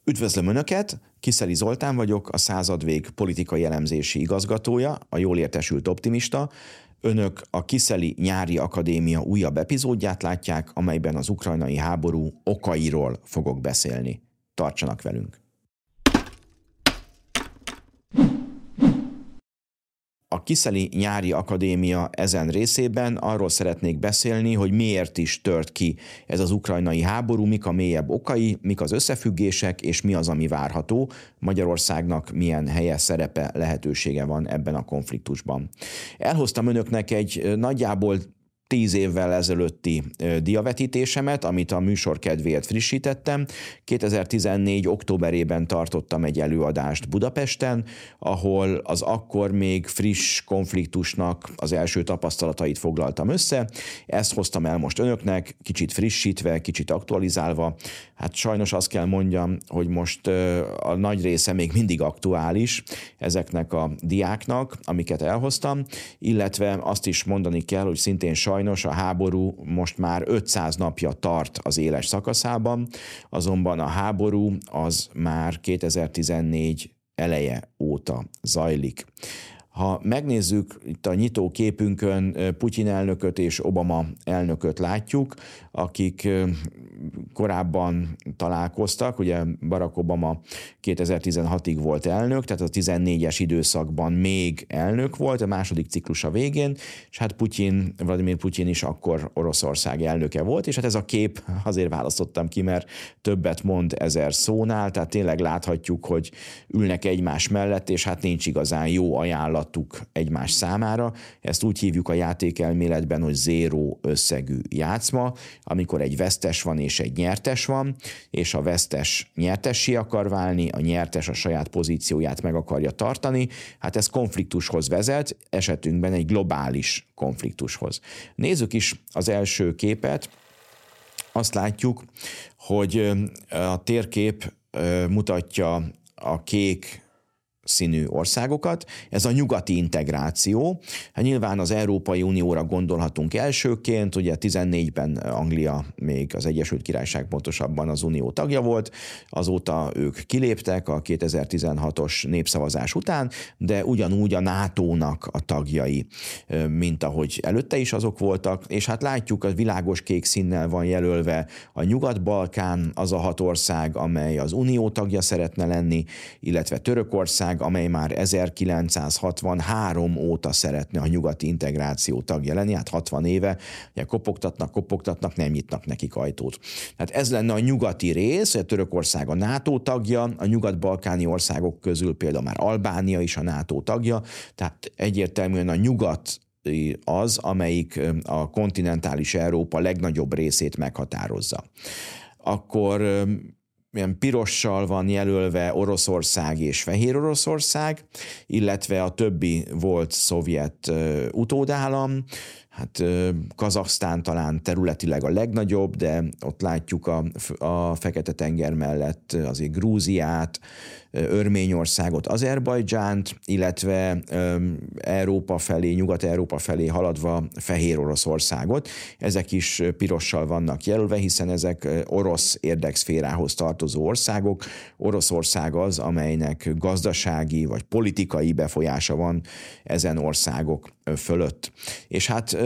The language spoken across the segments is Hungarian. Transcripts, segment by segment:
Üdvözlöm Önöket, Kiszeli Zoltán vagyok, a Századvég politikai elemzési igazgatója, a jól értesült optimista. Önök a Kiszeli Nyári Akadémia újabb epizódját látják, amelyben az ukrajnai háború okairól fogok beszélni. Tartsanak velünk! A Kiszeli Nyári Akadémia ezen részében arról szeretnék beszélni, hogy miért is tört ki ez az ukrajnai háború, mik a mélyebb okai, mik az összefüggések, és mi az, ami várható. Magyarországnak milyen helye, szerepe, lehetősége van ebben a konfliktusban. Elhoztam önöknek egy nagyjából 10 évvel ezelőtti diavetítésemet, amit a műsor kedvéért frissítettem. 2014. októberében tartottam egy előadást Budapesten, ahol az akkor még friss konfliktusnak az első tapasztalatait foglaltam össze. Ezt hoztam el most önöknek, kicsit frissítve, kicsit aktualizálva. Hát sajnos azt kell mondjam, hogy most a nagy része még mindig aktuális ezeknek a diáknak, amiket elhoztam, illetve azt is mondani kell, hogy szintén sajnos a háború most már 500 napja tart az éles szakaszában, azonban a háború az már 2014 eleje óta zajlik. Ha megnézzük itt a nyitó képünkön Putyin elnököt és Obama elnököt látjuk, akik korábban találkoztak, ugye Barack Obama 2016-ig volt elnök, tehát a 14-es időszakban még elnök volt, a második ciklusa végén, és hát Vladimir Putyin is akkor Oroszország elnöke volt, és hát ez a kép azért választottam ki, mert többet mond 1000 szónál, tehát tényleg láthatjuk, hogy ülnek egymás mellett, és hát nincs igazán jó ajánlatuk egymás számára. Ezt úgy hívjuk a játékelméletben, hogy zéró összegű játszma, amikor egy vesztes van és egy nyertes van, és a vesztes nyertessé akar válni, a nyertes a saját pozícióját meg akarja tartani, hát ez konfliktushoz vezet, esetünkben egy globális konfliktushoz. Nézzük is az első képet. Azt látjuk, hogy a térkép mutatja a kék színű országokat. Ez a nyugati integráció. Hát nyilván az Európai Unióra gondolhatunk elsőként, ugye 14-ben Anglia, még az Egyesült Királyság pontosabban az Unió tagja volt, azóta ők kiléptek a 2016-os népszavazás után, de ugyanúgy a NATO-nak a tagjai, mint ahogy előtte is azok voltak, és hát látjuk, a világos kék színnel van jelölve a Nyugat-Balkán, az a 6 ország, amely az Unió tagja szeretne lenni, illetve Törökország, amely már 1963 óta szeretne a nyugati integráció tagja lenni, hát 60 éve, ugye kopogtatnak, nem nyitnak nekik ajtót. Tehát ez lenne a nyugati rész, a Törökország a NATO tagja, a nyugat-balkáni országok közül például már Albánia is a NATO tagja, tehát egyértelműen a nyugat az, amelyik a kontinentális Európa legnagyobb részét meghatározza. Akkor ilyen pirossal van jelölve Oroszország és Fehér Oroszország, illetve a többi volt szovjet utódállam. Hát Kazahsztán talán területileg a legnagyobb, de ott látjuk a Fekete-tenger mellett azért Grúziát, Örményországot, Azerbajdzsánt, illetve Európa felé, Nyugat-Európa felé haladva Fehér Oroszországot. Ezek is pirossal vannak jelölve, hiszen ezek orosz érdekszférához tartozó országok. Oroszország az, amelynek gazdasági vagy politikai befolyása van ezen országok fölött. És hát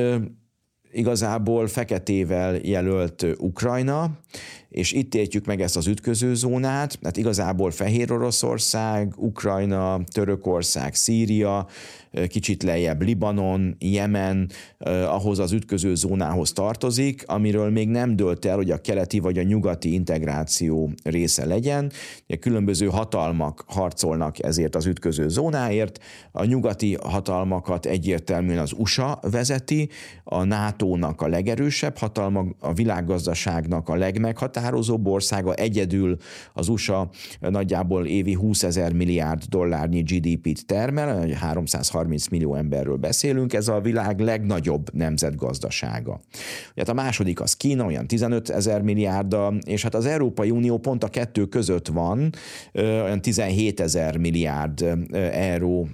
igazából feketével jelölt Ukrajna, és itt értjük meg ezt az ütközőzónát, hát igazából Fehér Oroszország, Ukrajna, Törökország, Szíria, kicsit lejjebb Libanon, Jemen, ahhoz az ütközőzónához tartozik, amiről még nem dőlt el, hogy a keleti vagy a nyugati integráció része legyen. Különböző hatalmak harcolnak ezért az ütközőzónáért. A nyugati hatalmakat egyértelműen az USA vezeti, a NATO-nak a legerősebb hatalma, a világgazdaságnak a legmeghatározóbb országa, egyedül az USA nagyjából évi 20 000 milliárd dollárnyi GDP-t termel, 330 millió emberről beszélünk, ez a világ legnagyobb nemzetgazdasága. Hát a második az Kína, olyan 15 000 milliárda, és hát az Európai Unió pont a kettő között van, olyan 17 000 milliárd euró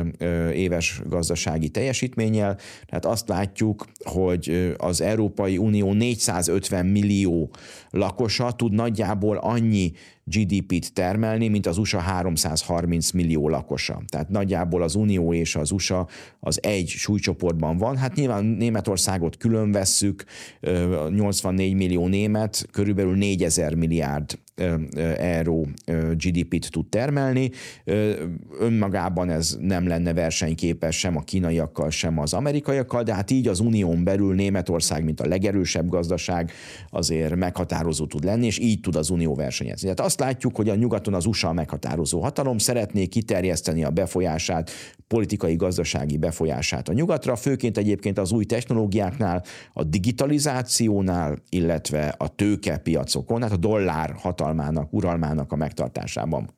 éves gazdasági teljesítménnyel. Tehát azt látjuk, hogy az Európai Unió 450 millió lakosa tud nagyjából annyi GDP-t termelni, mint az USA 330 millió lakosa. Tehát nagyjából az Unió és az USA az egy súlycsoportban van. Hát nyilván Németországot külön vesszük, 84 millió német, körülbelül 4000 milliárd euró GDP-t tud termelni. Önmagában ez nem lenne versenyképes sem a kínaiakkal, sem az amerikaiakkal, de hát így az unión belül Németország, mint a legerősebb gazdaság, azért meghatározó tud lenni, és így tud az unió versenyezni. Tehát azt látjuk, hogy a nyugaton az USA a meghatározó hatalom, szeretné kiterjeszteni a befolyását, politikai, gazdasági befolyását a nyugatra, főként egyébként az új technológiáknál, a digitalizációnál, illetve a tőkepiacokon, hát a dollár uralmának a megtartásában.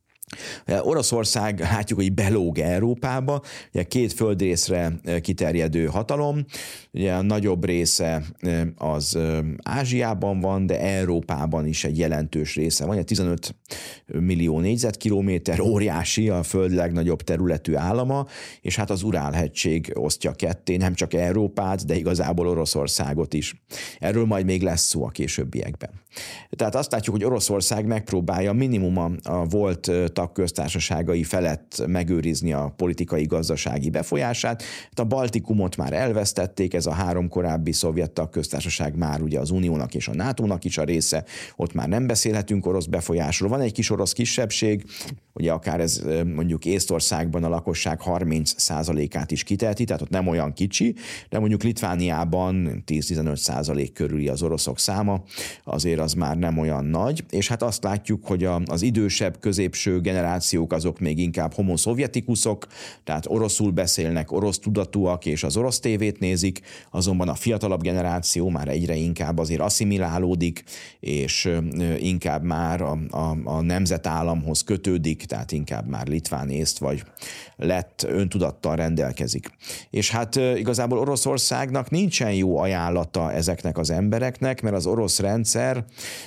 Oroszország látjuk, hogy belóg Európába, ugye két földrészre kiterjedő hatalom, ugye a nagyobb része az Ázsiában van, de Európában is egy jelentős része van, 15 millió négyzetkilométer, óriási, a föld legnagyobb területű állama, és hát az Urál-hegység osztja ketté nem csak Európát, de igazából Oroszországot is. Erről majd még lesz szó a későbbiekben. Tehát azt látjuk, hogy Oroszország megpróbálja minimum a volt tagköztársaságai felett megőrizni a politikai, gazdasági befolyását. A Baltikumot már elvesztették, ez a három korábbi szovjet tagköztársaság már ugye az Uniónak és a NATO-nak is a része, ott már nem beszélhetünk orosz befolyásról. Van egy kis orosz kisebbség, ugye akár ez mondjuk Észtországban a lakosság 30%-át is kiteheti, tehát ott nem olyan kicsi, de mondjuk Litvániában 10-15% körüli az oroszok száma, azért az már nem olyan nagy, és hát azt látjuk, hogy az idősebb, középső generációk azok még inkább homo szovjetikusok, tehát oroszul beszélnek, orosz tudatúak, és az orosz tévét nézik, azonban a fiatalabb generáció már egyre inkább azért asszimilálódik, és inkább már a nemzetállamhoz kötődik, tehát inkább már litván, észt vagy lett öntudattal rendelkezik. És hát igazából Oroszországnak nincsen jó ajánlata ezeknek az embereknek, mert az orosz rendszer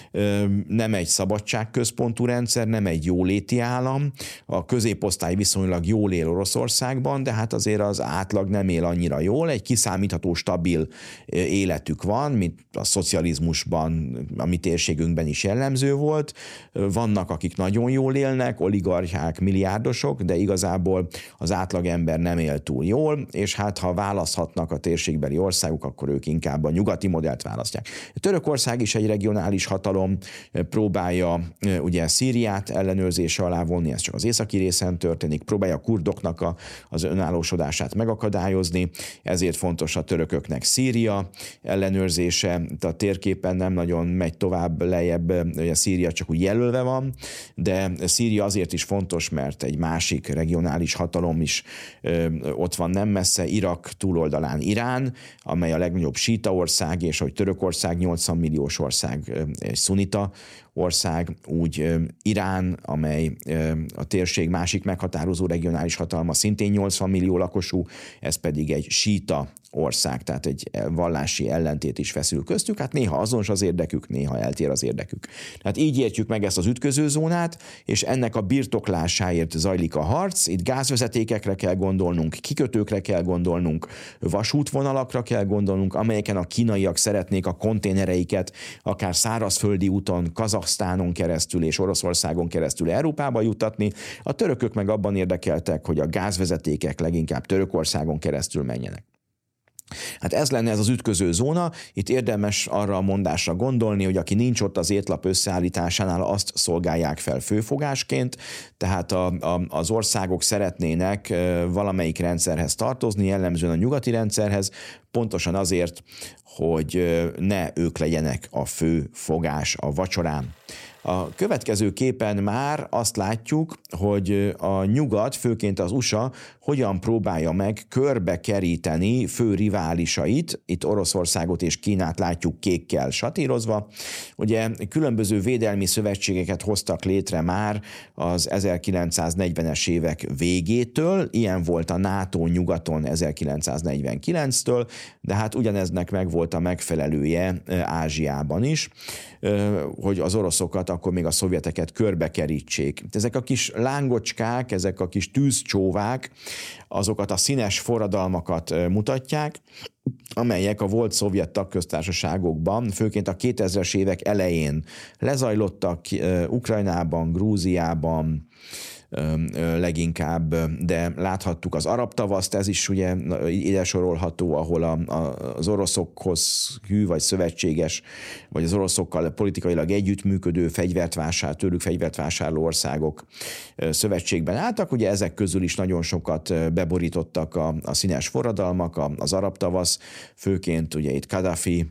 nem egy szabadságközpontú rendszer, nem egy jóléti állam. A középosztály viszonylag jól él Oroszországban, de hát azért az átlag nem él annyira jól. Egy kiszámítható, stabil életük van, mint a szocializmusban, a mi térségünkben is jellemző volt. Vannak, akik nagyon jól élnek, oligarchák, milliárdosok, de igazából az átlagember nem él túl jól, és hát ha választhatnak a térségbeli országok, akkor ők inkább a nyugati modellt választják. Törökország is egy regionális hatalom, próbálja ugye Szíriát ellenőrzése alá vonni, ez csak az északi részen történik, próbálja a kurdoknak az önállósodását megakadályozni, ezért fontos a törököknek Szíria ellenőrzése, a térképen nem nagyon megy tovább lejjebb, ugye Szíria csak úgy jelölve van, de Szíria azért is fontos, mert egy másik regionális hatalom is ott van nem messze, Irak túloldalán Irán, amely a legnagyobb síta ország, és hogy Törökország 80 milliós ország, egy szunita ország, úgy Irán, amely a térség másik meghatározó regionális hatalma, szintén 80 millió lakosú, ez pedig egy síta ország, tehát egy vallási ellentét is feszül köztük, hát néha azonos az érdekük, néha eltér az érdekük. Tehát így értjük meg ezt az ütközőzónát, és ennek a birtoklásáért zajlik a harc, itt gázvezetékekre kell gondolnunk, kikötőkre kell gondolnunk, vasútvonalakra kell gondolnunk, amelyeken a kínaiak szeretnék a konténereiket akár szárazföldi úton, Kazahsztánon keresztül és Oroszországon keresztül Európába juttatni, a törökök meg abban érdekeltek, hogy a gázvezetékek leginkább Törökországon keresztül menjenek. Hát ez lenne ez az ütköző zóna, itt érdemes arra a mondásra gondolni, hogy aki nincs ott az étlap összeállításánál, azt szolgálják fel főfogásként, tehát az országok szeretnének valamelyik rendszerhez tartozni, jellemzően a nyugati rendszerhez, pontosan azért, hogy ne ők legyenek a fő fogás a vacsorán. A következő képen már azt látjuk, hogy a nyugat, főként az USA hogyan próbálja meg körbe keríteni fő riválisait, itt Oroszországot és Kínát látjuk kékkel satírozva. Ugye különböző védelmi szövetségeket hoztak létre már az 1940-es évek végétől, ilyen volt a NATO nyugaton 1949-től, de hát ugyaneznek meg volt a megfelelője Ázsiában is, hogy az oroszokat, akkor még a szovjeteket körbekerítsék. Ezek a kis lángocskák, ezek a kis tűzcsóvák, azokat a színes forradalmakat mutatják, amelyek a volt szovjet tagköztársaságokban, főként a 2000-es évek elején lezajlottak Ukrajnában, Grúziában, leginkább, de láthattuk az arab tavaszt, ez is ugye ide sorolható, ahol az oroszokhoz hű vagy szövetséges, vagy az oroszokkal politikailag együttműködő tőlük fegyvert vásárló országok szövetségben álltak. Ugye ezek közül is nagyon sokat beborítottak a színes forradalmak, az arab tavasz, főként ugye itt Kadhafi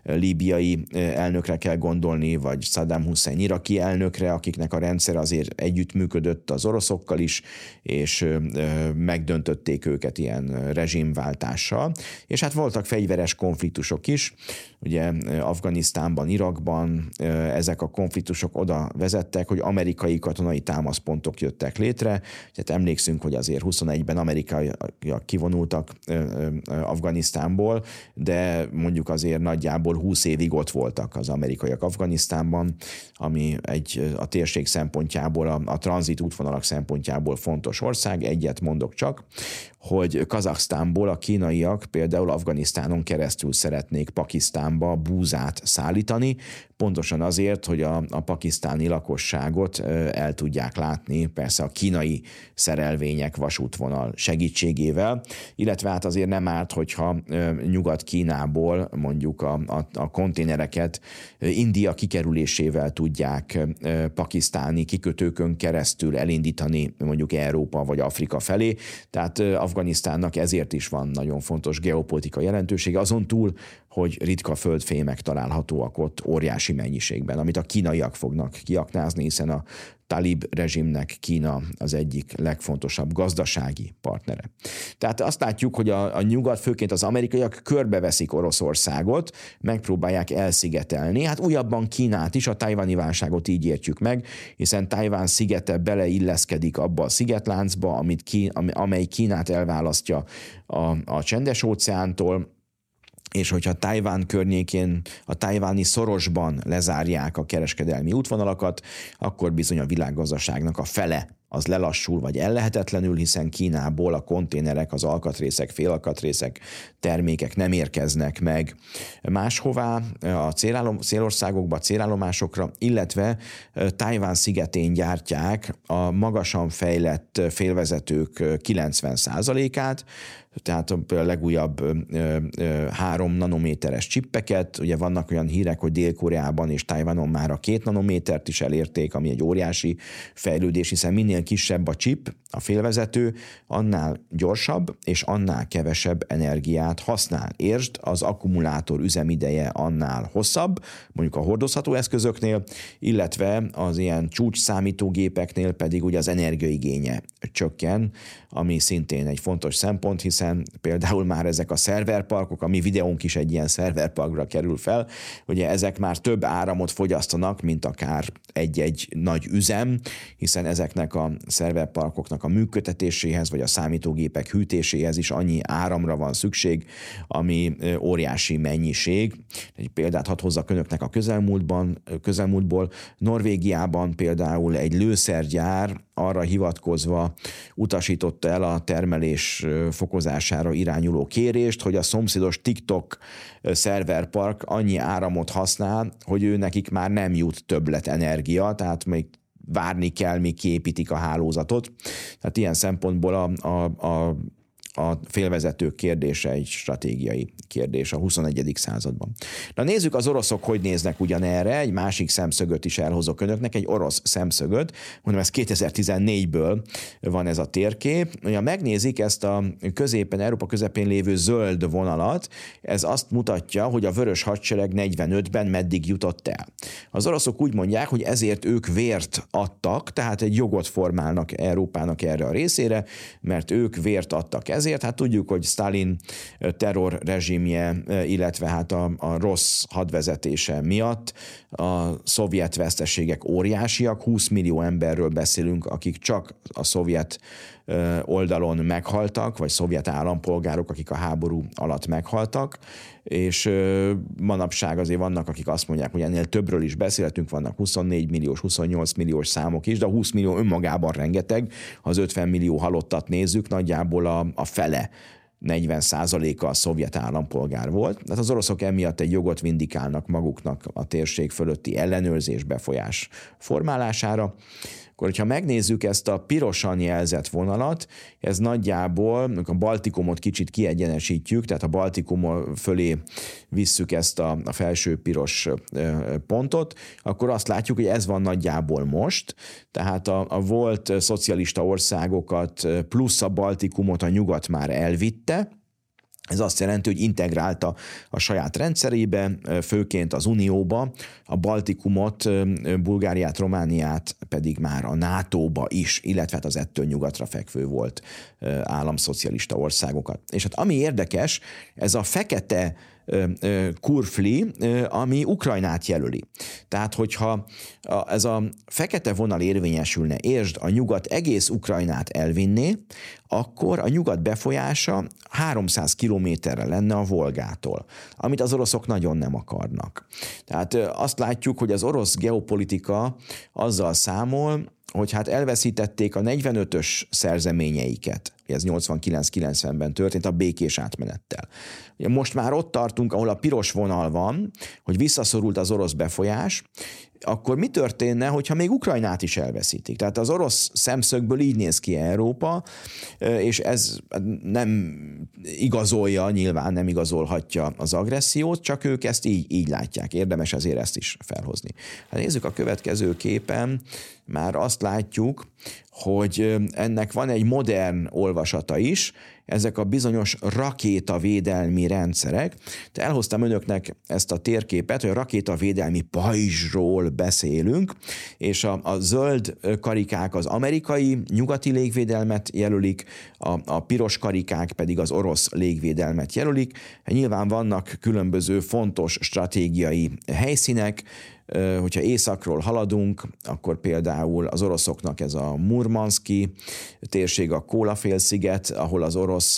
líbiai elnökre kell gondolni, vagy Saddam Hussein iraki elnökre, akiknek a rendszer azért együttműködött az oroszokkal is, és megdöntötték őket ilyen rezsimváltással. És hát voltak fegyveres konfliktusok is, ugye Afganisztánban, Irakban ezek a konfliktusok oda vezettek, hogy amerikai katonai támaszpontok jöttek létre. Tehát emlékszünk, hogy azért 21-ben amerikaiak kivonultak Afganisztánból, de mondjuk azért nagyjából 20 évig ott voltak az amerikaiak Afganisztánban, ami a térség szempontjából, a tranzit útvonalak szempontjából fontos ország. Egyet mondok csak, hogy Kazaksztánból a kínaiak például Afganisztánon keresztül szeretnék Pakisztánba búzát szállítani, pontosan azért, hogy a pakisztáni lakosságot el tudják látni, persze a kínai szerelvények vasútvonal segítségével, illetve hát azért nem árt, hogyha Nyugat-Kínából mondjuk a konténereket India kikerülésével tudják pakisztáni kikötőkön keresztül elindítani mondjuk Európa vagy Afrika felé, tehát Afganisztánnak ezért is van nagyon fontos geopolitikai jelentősége, azon túl, hogy ritka földfémek találhatóak ott óriási mennyiségben, amit a kínaiak fognak kiaknázni, hiszen a talib rezsimnek Kína az egyik legfontosabb gazdasági partnere. Tehát azt látjuk, hogy a nyugat, főként az amerikaiak körbeveszik Oroszországot, megpróbálják elszigetelni, hát újabban Kínát is, a tajvani válságot így értjük meg, hiszen Tajván szigete beleilleszkedik abba a szigetláncba, amely Kínát elválasztja a Csendes-óceántól, és hogyha Tajván környékén, a tajváni szorosban lezárják a kereskedelmi útvonalakat, akkor bizony a világgazdaságnak a fele az lelassul vagy ellehetetlenül, hiszen Kínából a konténerek, az alkatrészek, félalkatrészek, termékek nem érkeznek meg máshová, a célországokba, célállomásokra, illetve Tajván szigetén gyártják a magasan fejlett félvezetők 90%-át, tehát a legújabb 3 nanométeres csippeket, ugye vannak olyan hírek, hogy Dél-Koreában és Tajvanon már a 2 nanométert is elérték, ami egy óriási fejlődés, hiszen minél kisebb a chip, a félvezető, annál gyorsabb és annál kevesebb energiát használ. Értsd, az akkumulátor üzemideje annál hosszabb, mondjuk a hordozható eszközöknél, illetve az ilyen csúcs számítógépeknél pedig ugye az energiaigénye csökken, ami szintén egy fontos szempont, hiszen például már ezek a szerverparkok, a mi videónk is egy ilyen szerverparkra kerül fel, ugye ezek már több áramot fogyasztanak, mint akár egy-egy nagy üzem, hiszen ezeknek a szerverparkoknak a működtetéséhez, vagy a számítógépek hűtéséhez is annyi áramra van szükség, ami óriási mennyiség. Egy példát hadd hozzak önöknek a közelmúltból. Norvégiában például egy lőszergyár arra hivatkozva utasította el a termelés fokozására irányuló kérést, hogy a szomszédos TikTok szerverpark annyi áramot használ, hogy ő nekik már nem jut többlet energia, tehát még várni kell, míg kiépítik a hálózatot. Tehát ilyen szempontból a félvezetők kérdése egy stratégiai kérdés a 21. században. Na nézzük, az oroszok hogy néznek ugyanerre, egy másik szemszögöt is elhozok önöknek, egy orosz szemszögöt, mondom, ez 2014-ből van ez a térkép. Ha megnézik ezt a Európa közepén lévő zöld vonalat, ez azt mutatja, hogy a vörös hadsereg 45-ben meddig jutott el. Az oroszok úgy mondják, hogy ezért ők vért adtak, tehát egy jogot formálnak Európának erre a részére, mert ők vért adtak ezért. Hát tudjuk, hogy Sztálin terror rezsimje, illetve hát a rossz hadvezetése miatt a szovjet veszteségek óriásiak, 20 millió emberről beszélünk, akik csak a szovjet oldalon meghaltak, vagy szovjet állampolgárok, akik a háború alatt meghaltak, és manapság azért vannak, akik azt mondják, hogy ennél többről is beszélhetünk, vannak 24 milliós, 28 milliós számok is, de a 20 millió önmagában rengeteg, ha az 50 millió halottat nézzük, nagyjából a fele 40%-a a szovjet állampolgár volt. Tehát az oroszok emiatt egy jogot vindikálnak maguknak a térség fölötti ellenőrzés, befolyás formálására. Akkor, hogyha megnézzük ezt a pirosan jelzett vonalat, ez nagyjából, a Baltikumot kicsit kiegyenesítjük, tehát a Baltikum fölé visszük ezt a felső piros pontot, akkor azt látjuk, hogy ez van nagyjából most, tehát a volt szocialista országokat plusz a Baltikumot a nyugat már elvitte. Ez azt jelenti, hogy integrálta a saját rendszerébe, főként az Unióba, a Baltikumot, Bulgáriát, Romániát pedig már a NATO-ba is, illetve hát az ettől nyugatra fekvő volt államszocialista országokat. És hát ami érdekes, ez a fekete kurfli, ami Ukrajnát jelöli. Tehát, hogyha ez a fekete vonal érvényesülne, és a nyugat egész Ukrajnát elvinné, akkor a nyugat befolyása 300 kilométerre lenne a Volgától, amit az oroszok nagyon nem akarnak. Tehát azt látjuk, hogy az orosz geopolitika azzal számol, hogy hát elveszítették a 45-ös szerzeményeiket. Ez 89-90-ben történt a békés átmenettel. Most már ott tartunk, ahol a piros vonal van, hogy visszaszorult az orosz befolyás, akkor mi történne, hogyha még Ukrajnát is elveszítik? Tehát az orosz szemszögből így néz ki Európa, és ez nem igazolja, nyilván nem igazolhatja az agressziót, csak ők ezt így látják. Érdemes ezért ezt is felhozni. Hát nézzük a következő képen, már azt látjuk, hogy ennek van egy modern olvasata is, ezek a bizonyos rakétavédelmi rendszerek. De elhoztam önöknek ezt a térképet, hogy a rakétavédelmi pajzsról beszélünk, és a zöld karikák az amerikai, nyugati légvédelmet jelölik, a piros karikák pedig az orosz légvédelmet jelölik. Nyilván vannak különböző fontos stratégiai helyszínek, hogyha északról haladunk, akkor például az oroszoknak ez a Murmanszki térség, a Kólafélsziget, ahol az orosz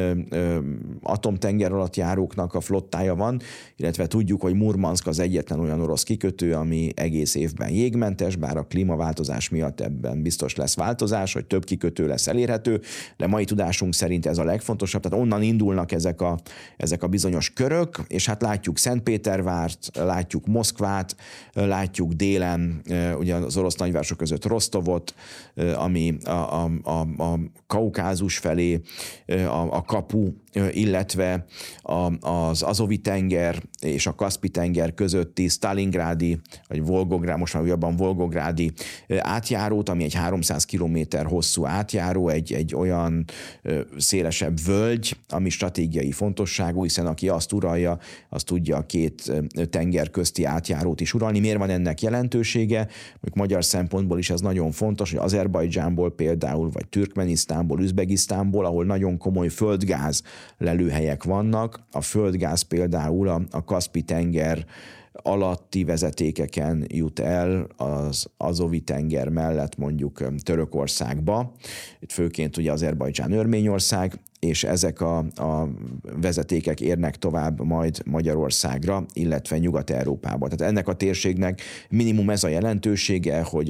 atomtengeralattjáróknak a flottája van, illetve tudjuk, hogy Murmanszk az egyetlen olyan orosz kikötő, ami egész évben jégmentes, bár a klímaváltozás miatt ebben biztos lesz változás, hogy több kikötő lesz elérhető, de mai tudásunk szerint ez a legfontosabb, tehát onnan indulnak ezek a bizonyos körök, és hát látjuk Szentpétervárt, látjuk Moszkvát, látjuk délen, ugye az orosz nagyvárosok között Rostovot, ami a Kaukázus felé a kapu, illetve az Azovi-tenger és a Kaszpi-tenger közötti Sztálingrádi, vagy Volgográd, most már újabban Volgográdi átjárót, ami egy 300 kilométer hosszú átjáró, egy olyan szélesebb völgy, ami stratégiai fontosságú, hiszen aki azt uralja, az tudja a két tenger közti átjárót is uralni. Miért van ennek jelentősége? Mondjuk magyar szempontból is ez nagyon fontos, hogy Azerbajdzsánból például, vagy Türkmenisztánból, Üzbegisztánból, ahol nagyon komoly földgáz lelőhelyek vannak. A földgáz például a Kaszpi-tenger alatti vezetékeken jut el az Azovi-tenger mellett mondjuk Törökországba, itt főként ugye Azerbajdzsán, Örményország, és ezek a vezetékek érnek tovább majd Magyarországra, illetve Nyugat-Európába. Tehát ennek a térségnek minimum ez a jelentősége, hogy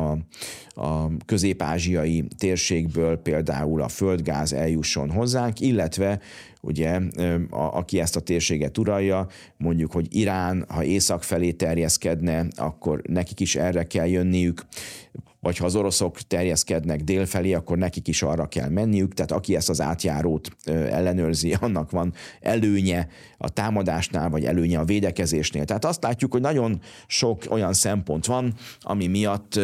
a közép-ázsiai térségből például a földgáz eljusson hozzánk, illetve ugye, aki ezt a térséget uralja, mondjuk, hogy Irán, ha észak felé terjeszkedne, akkor nekik is erre kell jönniük, vagy ha az oroszok terjeszkednek dél felé, akkor nekik is arra kell menniük, tehát aki ezt az átjárót ellenőrzi, annak van előnye a támadásnál, vagy előnye a védekezésnél. Tehát azt látjuk, hogy nagyon sok olyan szempont van, ami miatt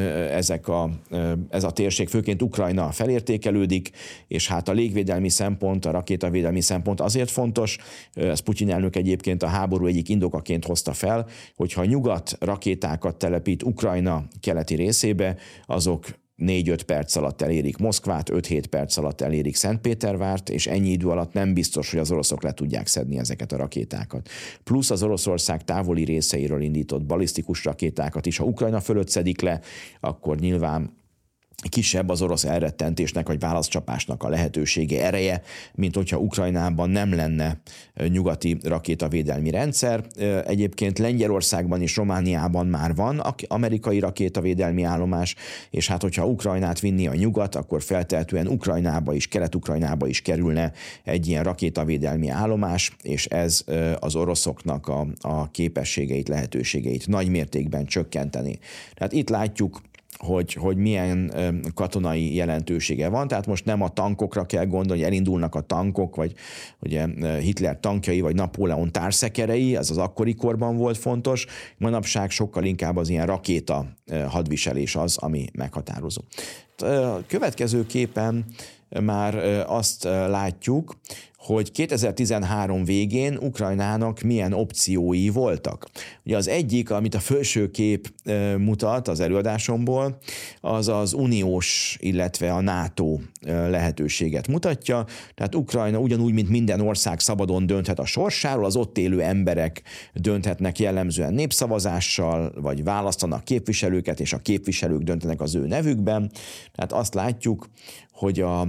ez a térség, főként Ukrajna felértékelődik, és hát a légvédelmi szempont, a rakétavédelmi szempont azért fontos, ez Putyin elnök egyébként a háború egyik indokaként hozta fel, hogyha a nyugat rakétákat telepít Ukrajna keleti részébe, azok 4-5 perc alatt elérik Moszkvát, 5-7 perc alatt elérik Szentpétervárt, és ennyi idő alatt nem biztos, hogy az oroszok le tudják szedni ezeket a rakétákat. Plusz az Oroszország távoli részeiről indított balisztikus rakétákat is, ha Ukrajna fölött szedik le, akkor nyilván kisebb az orosz elrettentésnek vagy válaszcsapásnak a lehetősége, ereje, mint hogyha Ukrajnában nem lenne nyugati rakétavédelmi rendszer. Egyébként Lengyelországban és Romániában már van amerikai rakétavédelmi állomás, és hát hogyha Ukrajnát vinni a nyugat, akkor feltehetően Ukrajnába is, Kelet-Ukrajnába is kerülne egy ilyen rakétavédelmi állomás, és ez az oroszoknak a képességeit, lehetőségeit nagy mértékben csökkenteni. Tehát itt látjuk, hogy milyen katonai jelentősége van. Tehát most nem a tankokra kell gondolni, hogy elindulnak a tankok, vagy ugye Hitler tankjai, vagy Napóleon társzekerei, ez az akkori korban volt fontos. Manapság sokkal inkább az ilyen rakéta hadviselés az, ami meghatározó. A következő képen már azt látjuk, hogy 2013 végén Ukrajnának milyen opciói voltak. Ugye az egyik, amit a felső kép mutat az előadásomból, az az uniós, illetve a NATO lehetőséget mutatja. Tehát Ukrajna ugyanúgy, mint minden ország szabadon dönthet a sorsáról, az ott élő emberek dönthetnek jellemzően népszavazással, vagy választanak képviselőket, és a képviselők döntenek az ő nevükben. Tehát azt látjuk, hogy a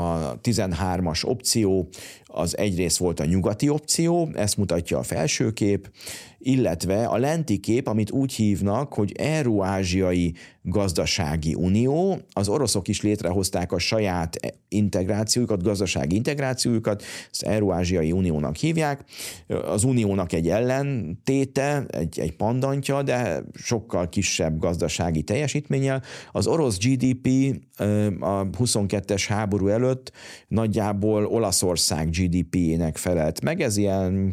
13-as opció az egyrészt volt a nyugati opció, ezt mutatja a felső kép, illetve a lenti kép, amit úgy hívnak, hogy Eurázsiai Gazdasági Unió, az oroszok is létrehozták a saját integrációjukat, gazdasági integrációjukat, ezt Eurázsiai Uniónak hívják, az uniónak egy ellentéte, egy pandantja, de sokkal kisebb gazdasági teljesítménnyel. Az orosz GDP a 22-es háború előtt nagyjából Olaszország GDP-jének felelt meg, ez ilyen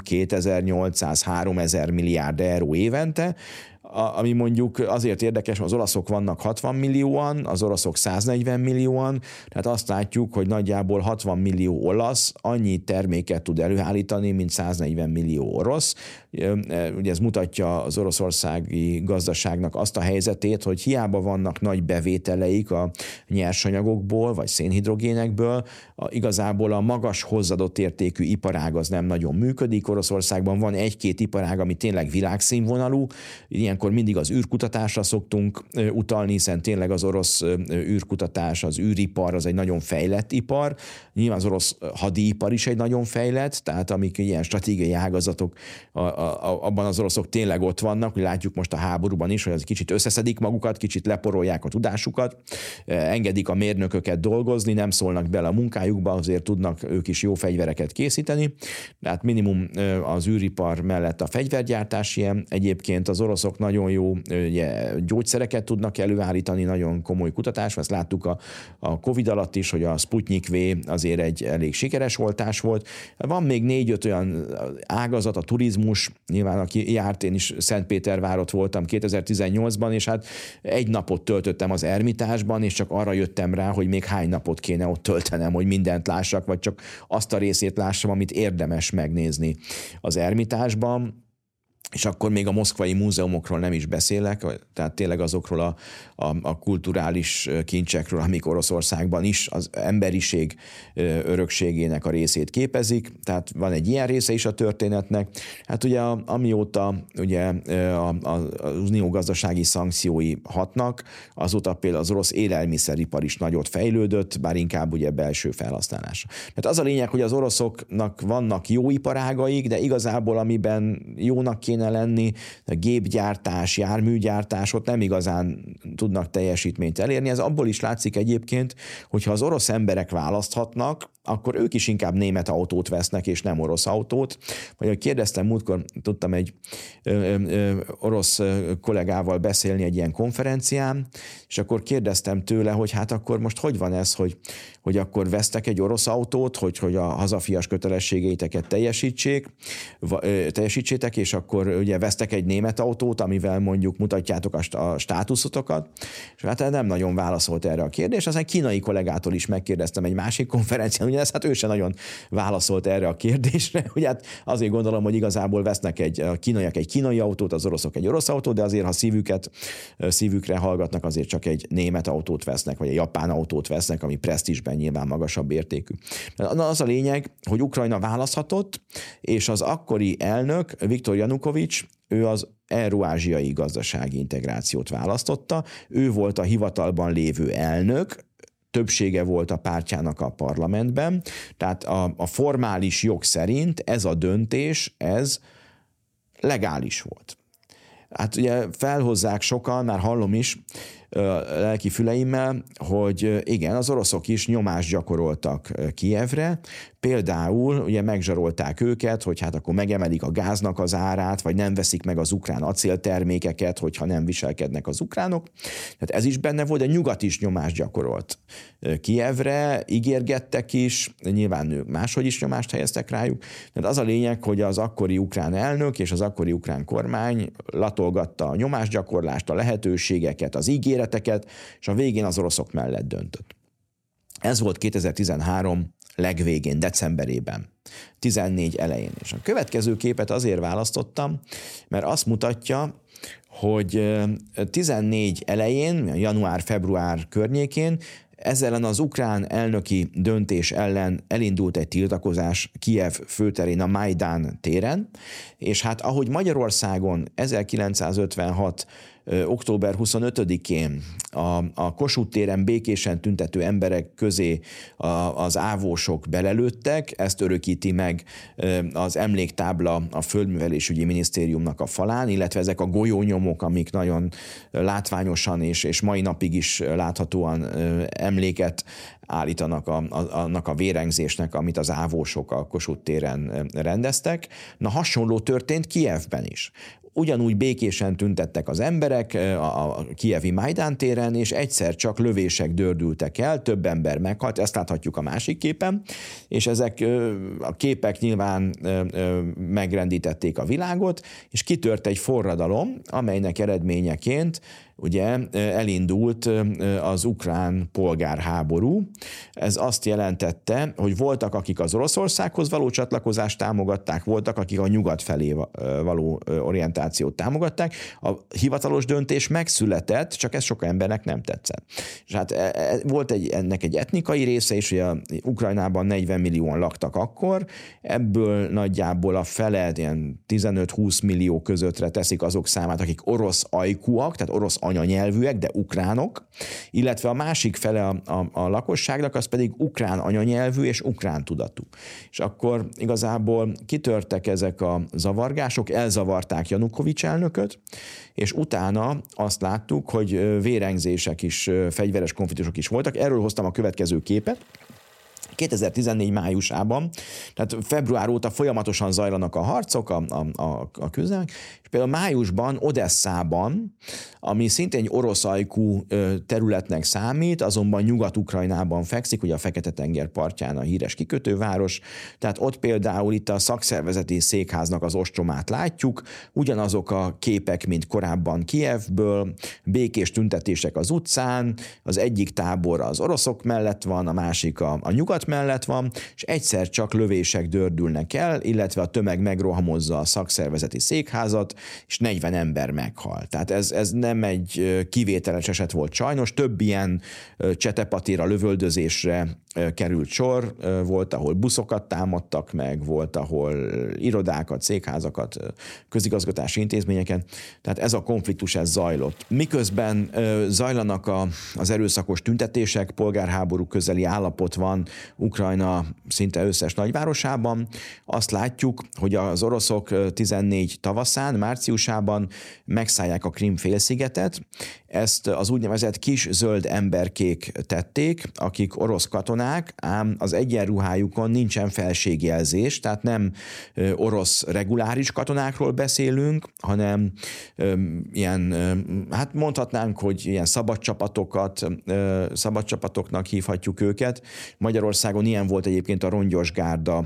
2800-3000 milliárd euró évente, ami mondjuk azért érdekes, az olaszok vannak 60 millióan, az oroszok 140 millióan, tehát azt látjuk, hogy nagyjából 60 millió olasz annyi terméket tud előállítani, mint 140 millió orosz. Ugye ez mutatja az oroszországi gazdaságnak azt a helyzetét, hogy hiába vannak nagy bevételeik a nyersanyagokból, vagy szénhidrogénekből, igazából a magas hozzáadott értékű iparág az nem nagyon működik. Oroszországban van egy-két iparág, ami tényleg világszínvonalú, ilyenkor mindig az űrkutatásra szoktunk utalni, hiszen tényleg az orosz űrkutatás, az űripar az egy nagyon fejlett ipar. Nyilván az orosz hadipar is egy nagyon fejlett, tehát amik ilyen stratégiai ágazatok, abban az oroszok tényleg ott vannak, hogy látjuk most a háborúban is, hogy az kicsit összeszedik magukat, kicsit leporolják a tudásukat, engedik a mérnököket dolgozni, nem szólnak bele a munkájukba, azért tudnak ők is jó fegyvereket készíteni. Tehát minimum az űripar mellett a fegyvergyártás ilyen. Egyébként az oroszok nagyon jó gyógyszereket tudnak előállítani, nagyon komoly kutatás, ezt láttuk a Covid alatt is, hogy a Sputnik V azért egy elég sikeres oltás volt. Van még 4-5 olyan ágazat, a turizmus, nyilván aki járt, én is Szentpétervárot voltam 2018-ban, és hát egy napot töltöttem az Ermitásban, és csak arra jöttem rá, hogy még hány napot kéne ott töltenem, hogy mindent lássak, vagy csak azt a részét lássam, amit érdemes megnézni az Ermitásban. És akkor még a moszkvai múzeumokról nem is beszélek, tehát tényleg azokról a kulturális kincsekről, amik Oroszországban is az emberiség örökségének a részét képezik, tehát van egy ilyen része is a történetnek. Hát ugye amióta ugye az unió gazdasági szankciói hatnak, azóta például az orosz élelmiszeripar is nagyot fejlődött, bár inkább ugye belső felhasználásra. Tehát az a lényeg, hogy az oroszoknak vannak jó iparágaik, de igazából amiben jónak kéne lenni, a gépgyártás, járműgyártás, ott nem igazán tudnak teljesítményt elérni. Ez abból is látszik egyébként, hogyha az orosz emberek választhatnak, akkor ők is inkább német autót vesznek, és nem orosz autót. Vagy kérdeztem múltkor, tudtam egy orosz kollégával beszélni egy ilyen konferencián, és akkor kérdeztem tőle, hogy hát akkor most hogy van ez, hogy akkor vesztek egy orosz autót, hogy a hazafias kötelességeiteket teljesítsétek, és akkor ugye vesztek egy német autót, amivel mondjuk mutatjátok a státuszotokat, és hát nem nagyon válaszolt erre a kérdést. Aztán kínai kollégától is megkérdeztem egy másik konferencián, ugye hát ő sem nagyon válaszolt erre a kérdésre, ugye hát azért gondolom, hogy igazából vesznek a kínaiak egy kínai autót, az oroszok egy orosz autót, de azért, ha szívükre hallgatnak, azért csak egy német autót vesznek, vagy egy japán autót vesznek, ami presztízsben nyilván magasabb értékű. Az a lényeg, hogy Ukrajna választhatott, és az akkori elnök, Viktor Janukovics, ő az eurázsiai gazdasági integrációt választotta. Ő volt a hivatalban lévő elnök, többsége volt a pártjának a parlamentben, tehát a formális jog szerint ez a döntés, ez legális volt. Hát ugye felhozzák sokan, már hallom is lelki füleimmel, hogy igen, az oroszok is nyomást gyakoroltak Kijevre, például ugye megzsarolták őket, hogy hát akkor megemelik a gáznak az árát, vagy nem veszik meg az ukrán acéltermékeket, hogyha nem viselkednek az ukránok. Tehát ez is benne volt, de nyugat is nyomást gyakorolt Kijevre, ígérgettek is, nyilván ők máshogy is nyomást helyeztek rájuk. Tehát az a lényeg, hogy az akkori ukrán elnök és az akkori ukrán kormány latolgatta a nyomásgyakorlást, a lehetőségeket, az ígéreteket, és a végén az oroszok mellett döntött. Ez volt 2013 legvégén, decemberében, 14 elején. És a következő képet azért választottam, mert azt mutatja, hogy 14 elején, január-február környékén ezzel ellen az ukrán elnöki döntés ellen elindult egy tiltakozás Kijev főterén, a Majdán téren, és hát ahogy Magyarországon 1956. Október 25-én a Kossuth téren békésen tüntető emberek közé az ávósok belelőttek, ezt örökíti meg az emléktábla a Földművelésügyi Minisztériumnak a falán, illetve ezek a golyónyomok, amik nagyon látványosan és mai napig is láthatóan emléket állítanak annak a vérengzésnek, amit az ávósok a Kossuth téren rendeztek. Na, hasonló történt Kijevben is. Ugyanúgy békésen tüntettek az emberek a kijevi Majdán téren, és egyszer csak lövések dördültek el, több ember meghalt, ezt láthatjuk a másik képen, és ezek a képek nyilván megrendítették a világot, és kitört egy forradalom, amelynek eredményeként ugye elindult az ukrán polgárháború. Ez azt jelentette, hogy voltak, akik az Oroszországhoz való csatlakozást támogatták, voltak, akik a nyugat felé való orientációt támogatták. A hivatalos döntés megszületett, csak ez sok embernek nem tetszett. És hát volt ennek egy etnikai része is, hogy Ukrajnában 40 millióan laktak akkor, ebből nagyjából a fele, ilyen 15-20 millió közöttre teszik azok számát, akik orosz ajkúak, tehát orosz anyanyelvűek, de ukránok, illetve a másik fele a lakosságnak, az pedig ukrán anyanyelvű és ukrán tudatú. És akkor igazából kitörtek ezek a zavargások, elzavarták Janukovics elnököt, és utána azt láttuk, hogy vérengzések is, fegyveres konfliktusok is voltak. Erről hoztam a következő képet. 2014 májusában, tehát február óta folyamatosan zajlanak a harcok, a küzdelmek, és például májusban Odesszában, ami szintén egy orosz ajkú területnek számít, azonban Nyugat-Ukrajnában fekszik, ugye a Fekete-tenger partján a híres kikötőváros, tehát ott például itt a szakszervezeti székháznak az ostromát látjuk, ugyanazok a képek, mint korábban Kijevből, békés tüntetések az utcán, az egyik tábor az oroszok mellett van, a másik a nyugat mellett van, és egyszer csak lövések dördülnek el, illetve a tömeg megrohamozza a szakszervezeti székházat, és 40 ember meghal. Tehát ez nem egy kivételes eset volt sajnos, több ilyen csetepatéra, lövöldözésre került sor, volt, ahol buszokat támadtak meg, volt, ahol irodákat, székházakat, közigazgatási intézményeket, tehát ez a konfliktus ez zajlott. Miközben zajlanak az erőszakos tüntetések, polgárháború közeli állapot van Ukrajna szinte összes nagyvárosában, azt látjuk, hogy az oroszok 14 tavaszán, márciusában megszállják a Krím-félszigetet, ezt az úgynevezett kis zöld emberkék tették, akik orosz katonák, ám az egyenruhájukon nincsen felségjelzés, tehát nem orosz reguláris katonákról beszélünk, hanem ilyen, hát mondhatnánk, hogy ilyen szabadcsapatoknak hívhatjuk őket. Magyarországon ilyen volt egyébként a Rongyos Gárda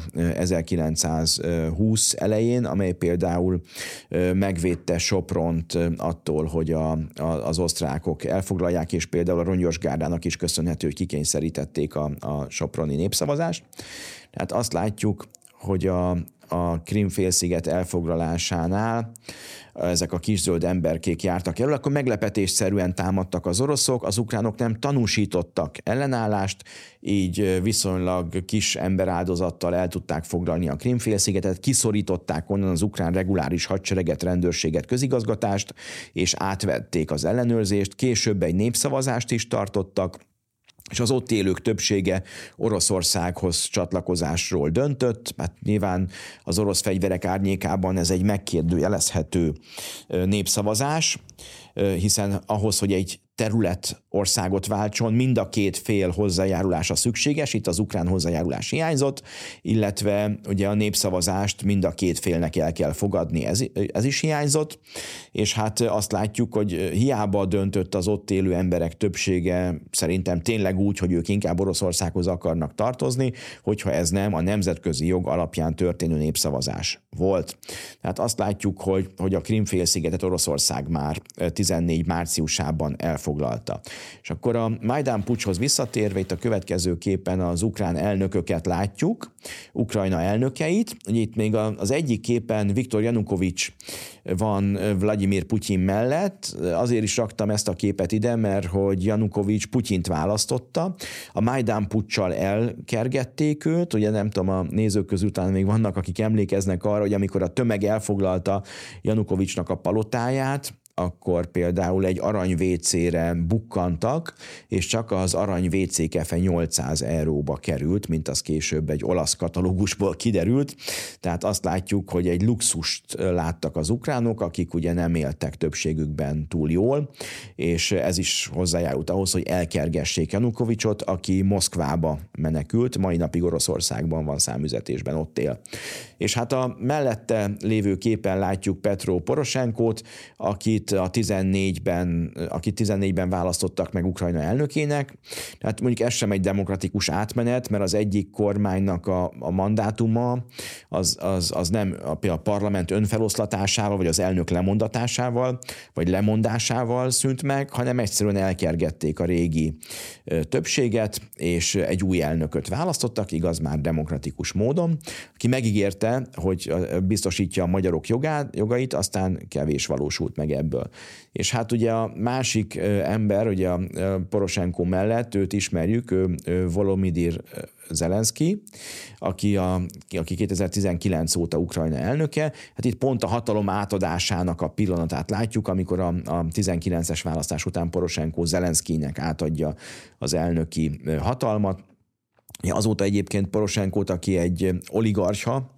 1920 elején, amely például megvédte Sopront attól, hogy az osztrákok elfoglalják, és például a Rongyos Gárdának is köszönhető, hogy kikényszerítették a soproni népszavazást. Tehát azt látjuk, hogy a Krím-félsziget elfoglalásánál ezek a kiszöld emberkék jártak elől, akkor meglepetésszerűen támadtak az oroszok, az ukránok nem tanúsítottak ellenállást, így viszonylag kis emberáldozattal el tudták foglalni a Krím-félszigetet, kiszorították onnan az ukrán reguláris hadsereget, rendőrséget, közigazgatást, és átvették az ellenőrzést, később egy népszavazást is tartottak, és az ott élők többsége Oroszországhoz csatlakozásról döntött, hát nyilván az orosz fegyverek árnyékában ez egy megkérdőjelezhető népszavazás, hiszen ahhoz, hogy egy terület országot váltson, mind a két fél hozzájárulása szükséges, itt az ukrán hozzájárulás hiányzott, illetve ugye a népszavazást mind a két félnek el kell fogadni, ez is hiányzott, és hát azt látjuk, hogy hiába döntött az ott élő emberek többsége szerintem tényleg úgy, hogy ők inkább Oroszországhoz akarnak tartozni, hogyha ez nem a nemzetközi jog alapján történő népszavazás volt. Tehát azt látjuk, hogy a Krím-félszigetet Oroszország már 14 márciusában elfoglalta. És akkor a Majdan puccshoz visszatérve itt a következő képen az ukrán elnököket látjuk, Ukrajna elnökeit. Ugye itt még az egyik képen Viktor Janukovics van Vladimir Putyin mellett. Azért is raktam ezt a képet ide, mert hogy Janukovics Putyint választotta. A Majdan puccsal elkergették őt, ugye nem tudom, a nézők közül talán még vannak, akik emlékeznek arra, hogy amikor a tömeg elfoglalta Janukovicsnak a palotáját, akkor például egy arany WC-re bukkantak, és csak az arany WC kefe 800 euróba került, mint az később egy olasz katalógusból kiderült. Tehát azt látjuk, hogy egy luxust láttak az ukránok, akik ugye nem éltek többségükben túl jól, és ez is hozzájárult ahhoz, hogy elkergessék Janukovicsot, aki Moszkvába menekült, mai napig Oroszországban van számüzetésben, ott él. És hát a mellette lévő képen látjuk Petro Poroshenkót, akit 14-ben választottak meg Ukrajna elnökének. Tehát mondjuk ez sem egy demokratikus átmenet, mert az egyik kormánynak a mandátuma az nem a parlament önfeloszlatásával, vagy az elnök lemondatásával, vagy lemondásával szűnt meg, hanem egyszerűen elkergették a régi többséget, és egy új elnököt választottak, igaz már demokratikus módon, aki megígérte, hogy biztosítja a magyarok jogait, aztán kevés valósult meg ebből. És hát ugye a másik ember, ugye a Poroshenko mellett, őt ismerjük, Volodymyr Zelenszky, aki 2019 óta Ukrajna elnöke. Hát itt pont a hatalom átadásának a pillanatát látjuk, amikor a 19-es választás után Poroshenko Zelenszkynek átadja az elnöki hatalmat. Azóta egyébként Poroshenkót, aki egy oligarcha,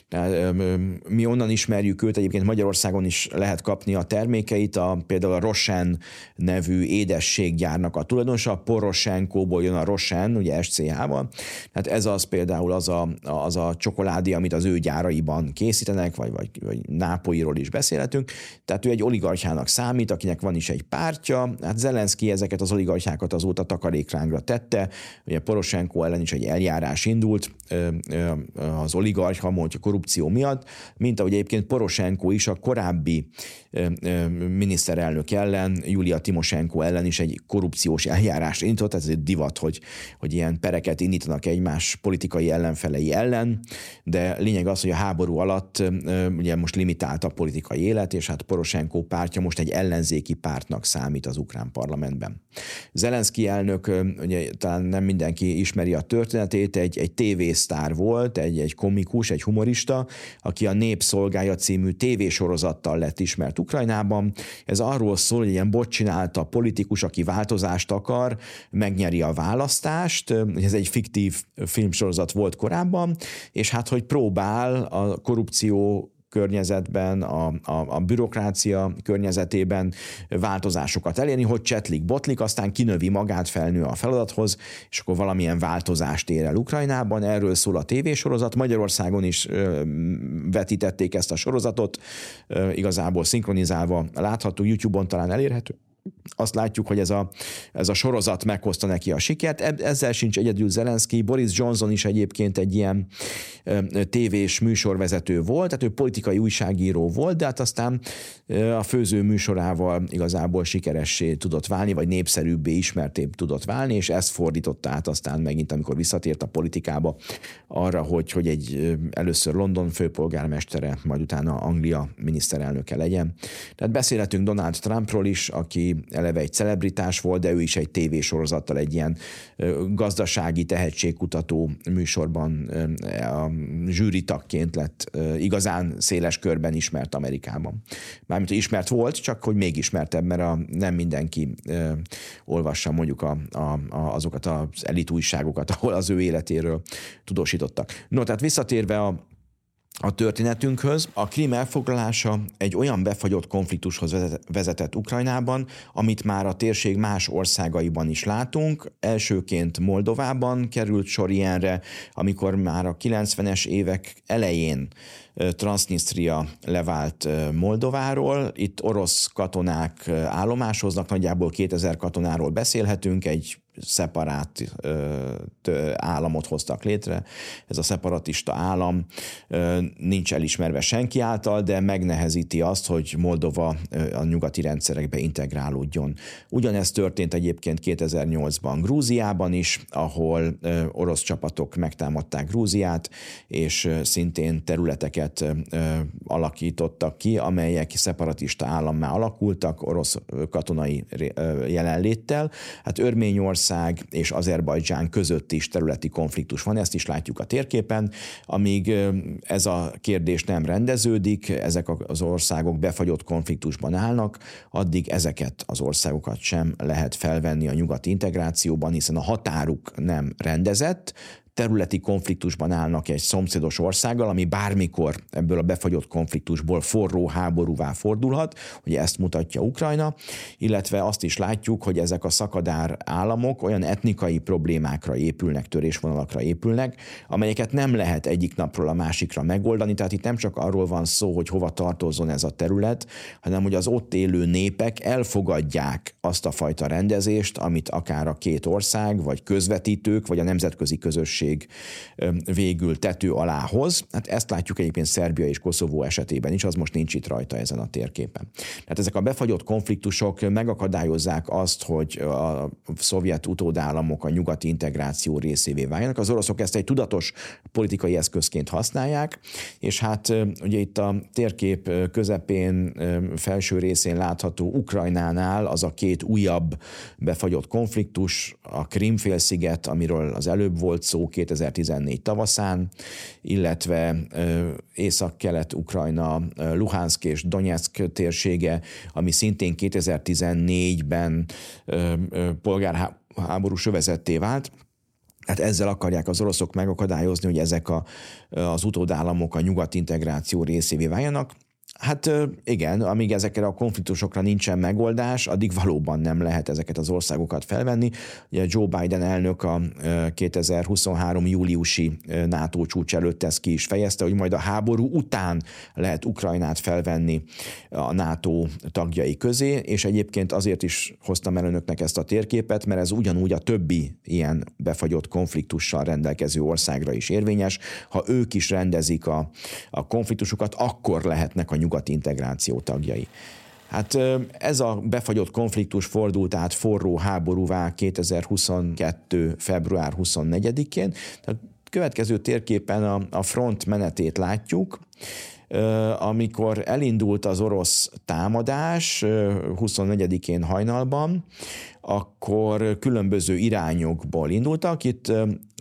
mi onnan ismerjük őt, egyébként Magyarországon is lehet kapni a termékeit, például a Rosen nevű édességgyárnak a tulajdonosa, Poroshenkóból jön a Rosen, ugye SCH-val, tehát ez az például az a csokoládé, amit az ő gyáraiban készítenek, vagy Nápolyról is beszélhetünk, tehát ő egy oligarchának számít, akinek van is egy pártja, hát Zelenszky ezeket az oligarchákat azóta takarékrángra tette, ugye Poroshenko ellen is egy eljárás indult az oligarcha korrupció miatt, mint ahogy egyébként Poroshenko is a korábbi miniszterelnök ellen, Julia Timoshenko ellen is egy korrupciós eljárást indított, ez egy divat, hogy ilyen pereket indítanak egymás politikai ellenfelei ellen, de lényeg az, hogy a háború alatt ugye most limitált a politikai élet, és hát Poroshenko pártja most egy ellenzéki pártnak számít az ukrán parlamentben. Zelenszky elnök, ugye talán nem mindenki ismeri a történetét, egy tévésztár volt, egy komikus, egy humorista, aki a Népszolgája című tévésorozattal lett ismert Ukrajnában. Ez arról szól, hogy egy ilyen botcsinálta politikus, aki változást akar, megnyeri a választást, ez egy fiktív filmsorozat volt korábban, és hát, hogy próbál a korrupció környezetben, a bürokrácia környezetében változásokat elérni, hogy csetlik-botlik, aztán kinövi magát, felnő a feladathoz, és akkor valamilyen változást ér el Ukrajnában. Erről szól a tévésorozat. Magyarországon is vetítették ezt a sorozatot, igazából szinkronizálva látható, YouTube-on talán elérhető. azt látjuk, hogy ez a sorozat meghozta neki a sikert. Ezzel sincs egyedül Zelenszky. Boris Johnson is egyébként egy ilyen tévés műsorvezető volt, tehát ő politikai újságíró volt, de hát aztán a főző műsorával igazából sikeressé tudott válni, vagy népszerűbbé, ismertébb tudott válni, és ezt fordította át aztán megint, amikor visszatért a politikába arra, hogy először London főpolgármestere, majd utána Anglia miniszterelnöke legyen. Tehát beszélhetünk Donald Trumpról is, aki eleve egy celebritás volt, de ő is egy tévésorozattal egy ilyen gazdasági tehetségkutató műsorban a zsűritagként lett igazán széles körben ismert Amerikában. Mármint, hogy ismert volt, csak hogy még ismertebb, mert nem mindenki olvassa mondjuk azokat az elit újságokat, ahol az ő életéről tudósítottak. No, tehát visszatérve a történetünkhöz, a Krím elfoglalása egy olyan befagyott konfliktushoz vezetett Ukrajnában, amit már a térség más országaiban is látunk. Elsőként Moldovában került sor ilyenre, amikor már a 90-es évek elején Transnistria levált Moldováról. Itt orosz katonák állomásoznak, nagyjából 2000 katonáról beszélhetünk, egy szeparát államot hoztak létre. Ez a szeparatista állam nincs elismerve senki által, de megnehezíti azt, hogy Moldova a nyugati rendszerekbe integrálódjon. Ugyanezt történt egyébként 2008-ban Grúziában is, ahol orosz csapatok megtámadták Grúziát, és szintén területeket alakítottak ki, amelyek szeparatista állammá alakultak orosz katonai jelenléttel. Hát Örményország és Azerbajdzsán között is területi konfliktus van, ezt is látjuk a térképen. Amíg ez a kérdés nem rendeződik, ezek az országok befagyott konfliktusban állnak, addig ezeket az országokat sem lehet felvenni a nyugati integrációban, hiszen a határuk nem rendezett, területi konfliktusban állnak egy szomszédos országgal, ami bármikor ebből a befagyott konfliktusból forró háborúvá fordulhat, ugye ezt mutatja Ukrajna, illetve azt is látjuk, hogy ezek a szakadár államok olyan etnikai problémákra épülnek, törésvonalakra épülnek, amelyeket nem lehet egyik napról a másikra megoldani, tehát itt nem csak arról van szó, hogy hova tartozzon ez a terület, hanem hogy az ott élő népek elfogadják azt a fajta rendezést, amit akár a két ország, vagy közvetítők, vagy a nemzetközi közösség végül tető alá hoz. Hát ezt látjuk egyébként Szerbia és Koszovó esetében is, az most nincs itt rajta ezen a térképen. Tehát ezek a befagyott konfliktusok megakadályozzák azt, hogy a szovjet utódállamok a nyugati integráció részévé váljanak. Az oroszok ezt egy tudatos politikai eszközként használják, és hát ugye itt a térkép közepén, felső részén látható Ukrajnánál az a két újabb befagyott konfliktus, a Krím-félsziget, amiről az előbb volt szó 2014 tavaszán, illetve észak-kelet-Ukrajna, Luhanszk és Donyeck térsége, ami szintén 2014-ben polgárháborús övezetté vált. Hát ezzel akarják az oroszok megakadályozni, hogy ezek az utódállamok a nyugati integráció részévé váljanak. Hát igen, amíg ezekre a konfliktusokra nincsen megoldás, addig valóban nem lehet ezeket az országokat felvenni. Ugye Joe Biden elnök a 2023. júliusi NATO csúcs előtt ezt ki is fejezte, hogy majd a háború után lehet Ukrajnát felvenni a NATO tagjai közé, és egyébként azért is hoztam el önöknek ezt a térképet, mert ez ugyanúgy a többi ilyen befagyott konfliktussal rendelkező országra is érvényes. Ha ők is rendezik a konfliktusokat, akkor lehetnek a nyugati integráció tagjai. Hát ez a befagyott konfliktus fordult át forró háborúvá 2022. február 24-én. A következő térképen a front menetét látjuk. Amikor elindult az orosz támadás 24-én hajnalban, akkor különböző irányokból indultak. Itt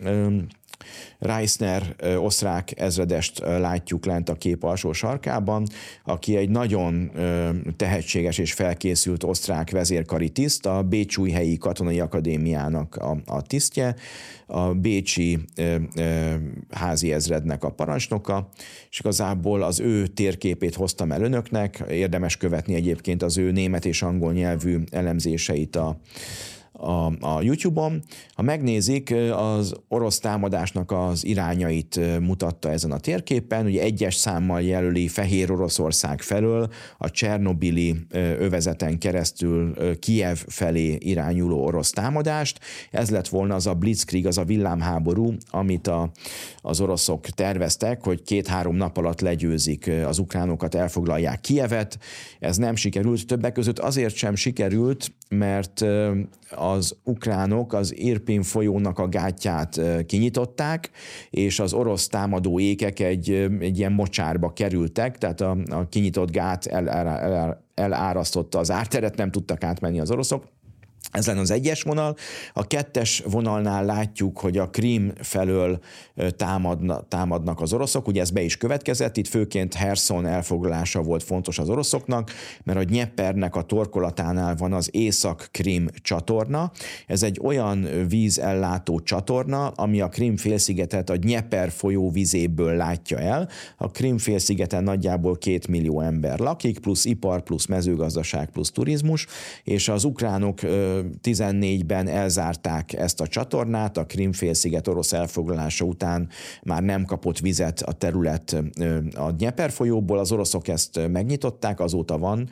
Reisner osztrák ezredest látjuk lent a kép alsó sarkában, aki egy nagyon tehetséges és felkészült osztrák vezérkari tiszt, a Bécsújhelyi Katonai Akadémiának a tisztje, a bécsi házi ezrednek a parancsnoka, és igazából az ő térképét hoztam el önöknek, érdemes követni egyébként az ő német és angol nyelvű elemzéseit a YouTube-on. Ha megnézik, az orosz támadásnak az irányait mutatta ezen a térképen, ugye 1-es számmal jelöli Fehér Oroszország felől, a Csernobili övezeten keresztül Kijev felé irányuló orosz támadást. Ez lett volna az a blitzkrieg, az a villámháború, amit az oroszok terveztek, hogy 2-3 nap alatt legyőzik az ukránokat, elfoglalják Kijevet. Ez nem sikerült, többek között azért sem sikerült, mert az ukránok az Irpin folyónak a gátját kinyitották, és az orosz támadó ékek egy ilyen mocsárba kerültek, tehát a kinyitott gát elárasztotta az árteret, nem tudtak átmenni az oroszok. Ez lenne az 1-es vonal. A 2-es vonalnál látjuk, hogy a Krím felől támadnak az oroszok, ugye ez be is következett, itt főként Herson elfoglalása volt fontos az oroszoknak, mert a Dnyepernek a torkolatánál van az Észak-Krím csatorna. Ez egy olyan vízellátó csatorna, ami a Krím-félszigetet a Dnyeper folyó vizéből látja el. A Krím-félszigeten nagyjából 2 millió ember lakik, plusz ipar, plusz mezőgazdaság, plusz turizmus, és az ukránok 14-ben elzárták ezt a csatornát, a Krím-félsziget orosz elfoglalása után már nem kapott vizet a terület a Dnyeper folyóból, az oroszok ezt megnyitották, azóta van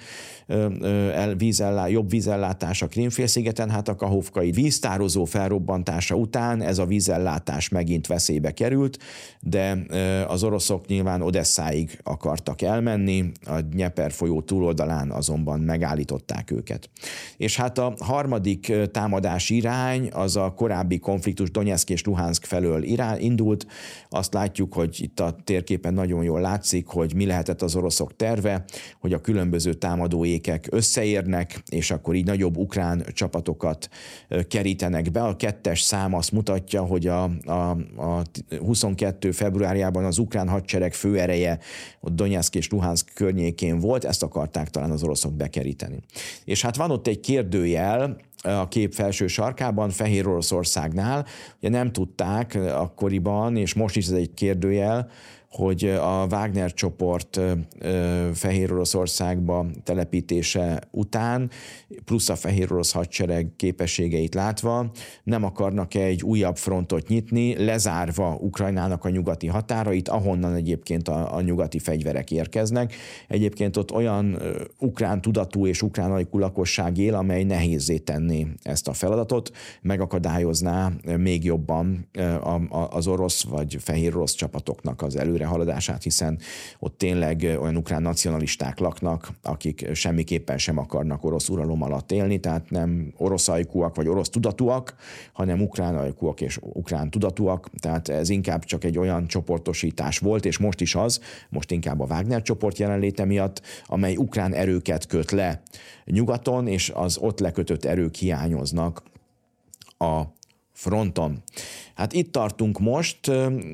jobb vízellátás a Krím-félszigeten, hát a kahovkai víztározó felrobbantása után ez a vízellátás megint veszélybe került, de az oroszok nyilván Odesszáig akartak elmenni, a Dnyeper folyó túloldalán azonban megállították őket. És hát a harmadik támadás irány az a korábbi konfliktus Donyeck és Luhansk felől indult. Azt látjuk, hogy itt a térképen nagyon jól látszik, hogy mi lehetett az oroszok terve, hogy a különböző támadóékek összeérnek, és akkor így nagyobb ukrán csapatokat kerítenek be. A 2-es szám azt mutatja, hogy a 22. februárjában az ukrán hadsereg főereje ott Donyeck és Luhansk környékén volt, ezt akarták talán az oroszok bekeríteni. És hát van ott egy kérdőjel a kép felső sarkában, Fehér Oroszországnál, ugye nem tudták akkoriban, és most is ez egy kérdőjel, hogy a Wagner csoport Fehér Oroszországba telepítése után, plusz a fehér orosz hadsereg képességeit látva, nem akarnak egy újabb frontot nyitni, lezárva Ukrajnának a nyugati határait, ahonnan egyébként a nyugati fegyverek érkeznek. Egyébként ott olyan ukrán tudatú és ukrán ajkú lakosság él, amely nehézzé tenné ezt a feladatot, megakadályozná még jobban az orosz vagy fehér orosz csapatoknak az előrehaladását, hiszen ott tényleg olyan ukrán nacionalisták laknak, akik semmiképpen sem akarnak orosz uralom alatt élni, tehát nem orosz ajkúak vagy orosz tudatúak, hanem ukrán ajkúak és ukrán tudatúak, tehát ez inkább csak egy olyan csoportosítás volt, és most is az, most inkább a Wagner csoport jelenléte miatt, amely ukrán erőket köt le nyugaton, és az ott lekötött erők hiányoznak a fronton. Hát itt tartunk most,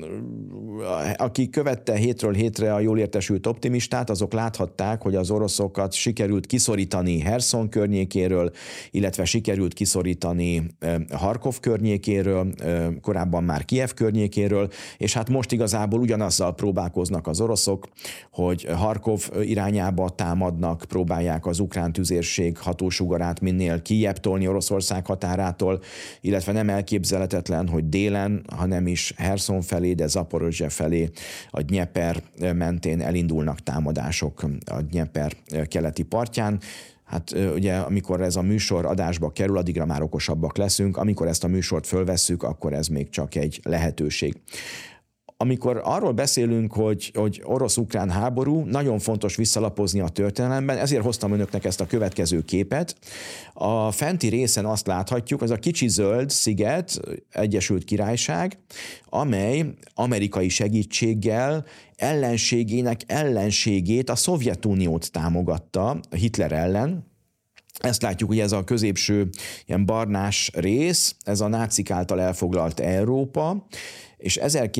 aki követte hétről hétre a jól értesült optimistát, azok láthatták, hogy az oroszokat sikerült kiszorítani Herson környékéről, illetve sikerült kiszorítani Harkov környékéről, korábban már Kijev környékéről, és hát most igazából ugyanazzal próbálkoznak az oroszok, hogy Harkov irányába támadnak, próbálják az ukrán tüzérség hatósugarát minél kijjebb tolni Oroszország határától, illetve nem elképzelhetetlen, hogy délen, hanem is Herson felé, de Zaporozsje felé a Dnyeper mentén elindulnak támadások a Dnyeper keleti partján. Hát ugye, amikor ez a műsor adásba kerül, addigra már okosabbak leszünk, amikor ezt a műsort fölvesszük, akkor ez még csak egy lehetőség. Amikor arról beszélünk, hogy orosz-ukrán háború, nagyon fontos visszalapozni a történelemben, ezért hoztam önöknek ezt a következő képet. A fenti részen azt láthatjuk, az a kicsi zöld sziget, Egyesült Királyság, amely amerikai segítséggel ellenségének ellenségét, a Szovjetuniót támogatta Hitler ellen. Ezt látjuk, hogy ez a középső ilyen barnás rész, ez a nácik által elfoglalt Európa, és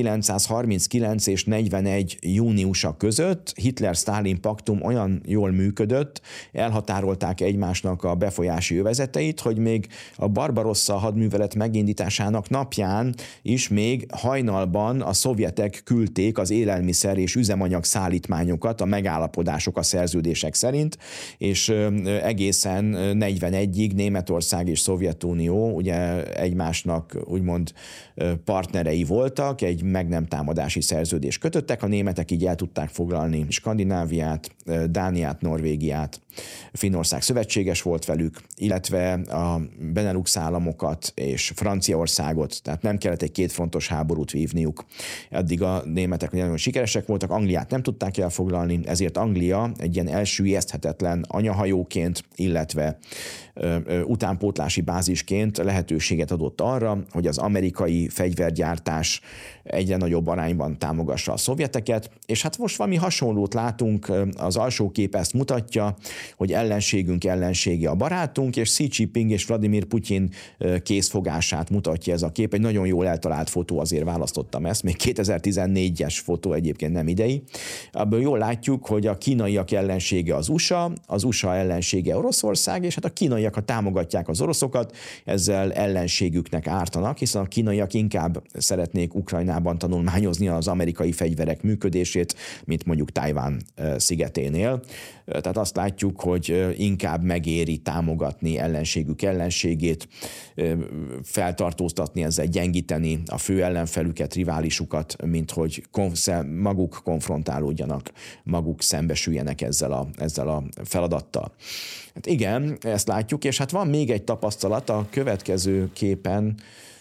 1939 és 41 júniusa között Hitler-Sztálin paktum olyan jól működött, elhatárolták egymásnak a befolyási övezeteit, hogy még a Barbarossa hadművelet megindításának napján is még hajnalban a szovjetek küldték az élelmiszer és üzemanyag szállítmányokat, a megállapodások, a szerződések szerint, és egészen 1941-ig Németország és Szovjetunió ugye egymásnak úgymond partnerei voltak, egy meg nem támadási szerződést kötöttek, a németek így el tudták foglalni Skandináviát, Dániát, Norvégiát, Finnország szövetséges volt velük, illetve a Benelux államokat és Franciaországot, tehát nem kellett egy kétfrontos háborút vívniuk. Addig a németek nagyon sikeresek voltak, Angliát nem tudták elfoglalni, ezért Anglia egy ilyen elsüllyeszthetetlen anyahajóként, illetve utánpótlási bázisként lehetőséget adott arra, hogy az amerikai fegyvergyártás egyre nagyobb arányban támogassa a szovjeteket, és hát most valami hasonlót látunk, az alsó kép ezt mutatja, hogy ellenségünk ellensége a barátunk, és Xi Jinping és Vladimir Putyin készfogását mutatja ez a kép. Egy nagyon jól eltalált fotó, azért választottam ezt, még 2014-es fotó, egyébként nem idei. Ebből jól látjuk, hogy a kínaiak ellensége az USA ellensége Oroszország, és hát a kínaiak, támogatják az oroszokat, ezzel ellenségüknek ártanak, hiszen a kínaiak inkább szeretnék Ukrajnában tanulmányozni az amerikai fegyverek működését, mint mondjuk Tajván szigeténél. Tehát azt látjuk, hogy inkább megéri támogatni ellenségük ellenségét, feltartóztatni, ezzel gyengíteni a fő ellenfelüket, riválisukat, mint hogy maguk konfrontálódjanak, maguk szembesüljenek ezzel a feladattal. Hát igen, ezt látjuk, és hát van még egy tapasztalat a következő képen,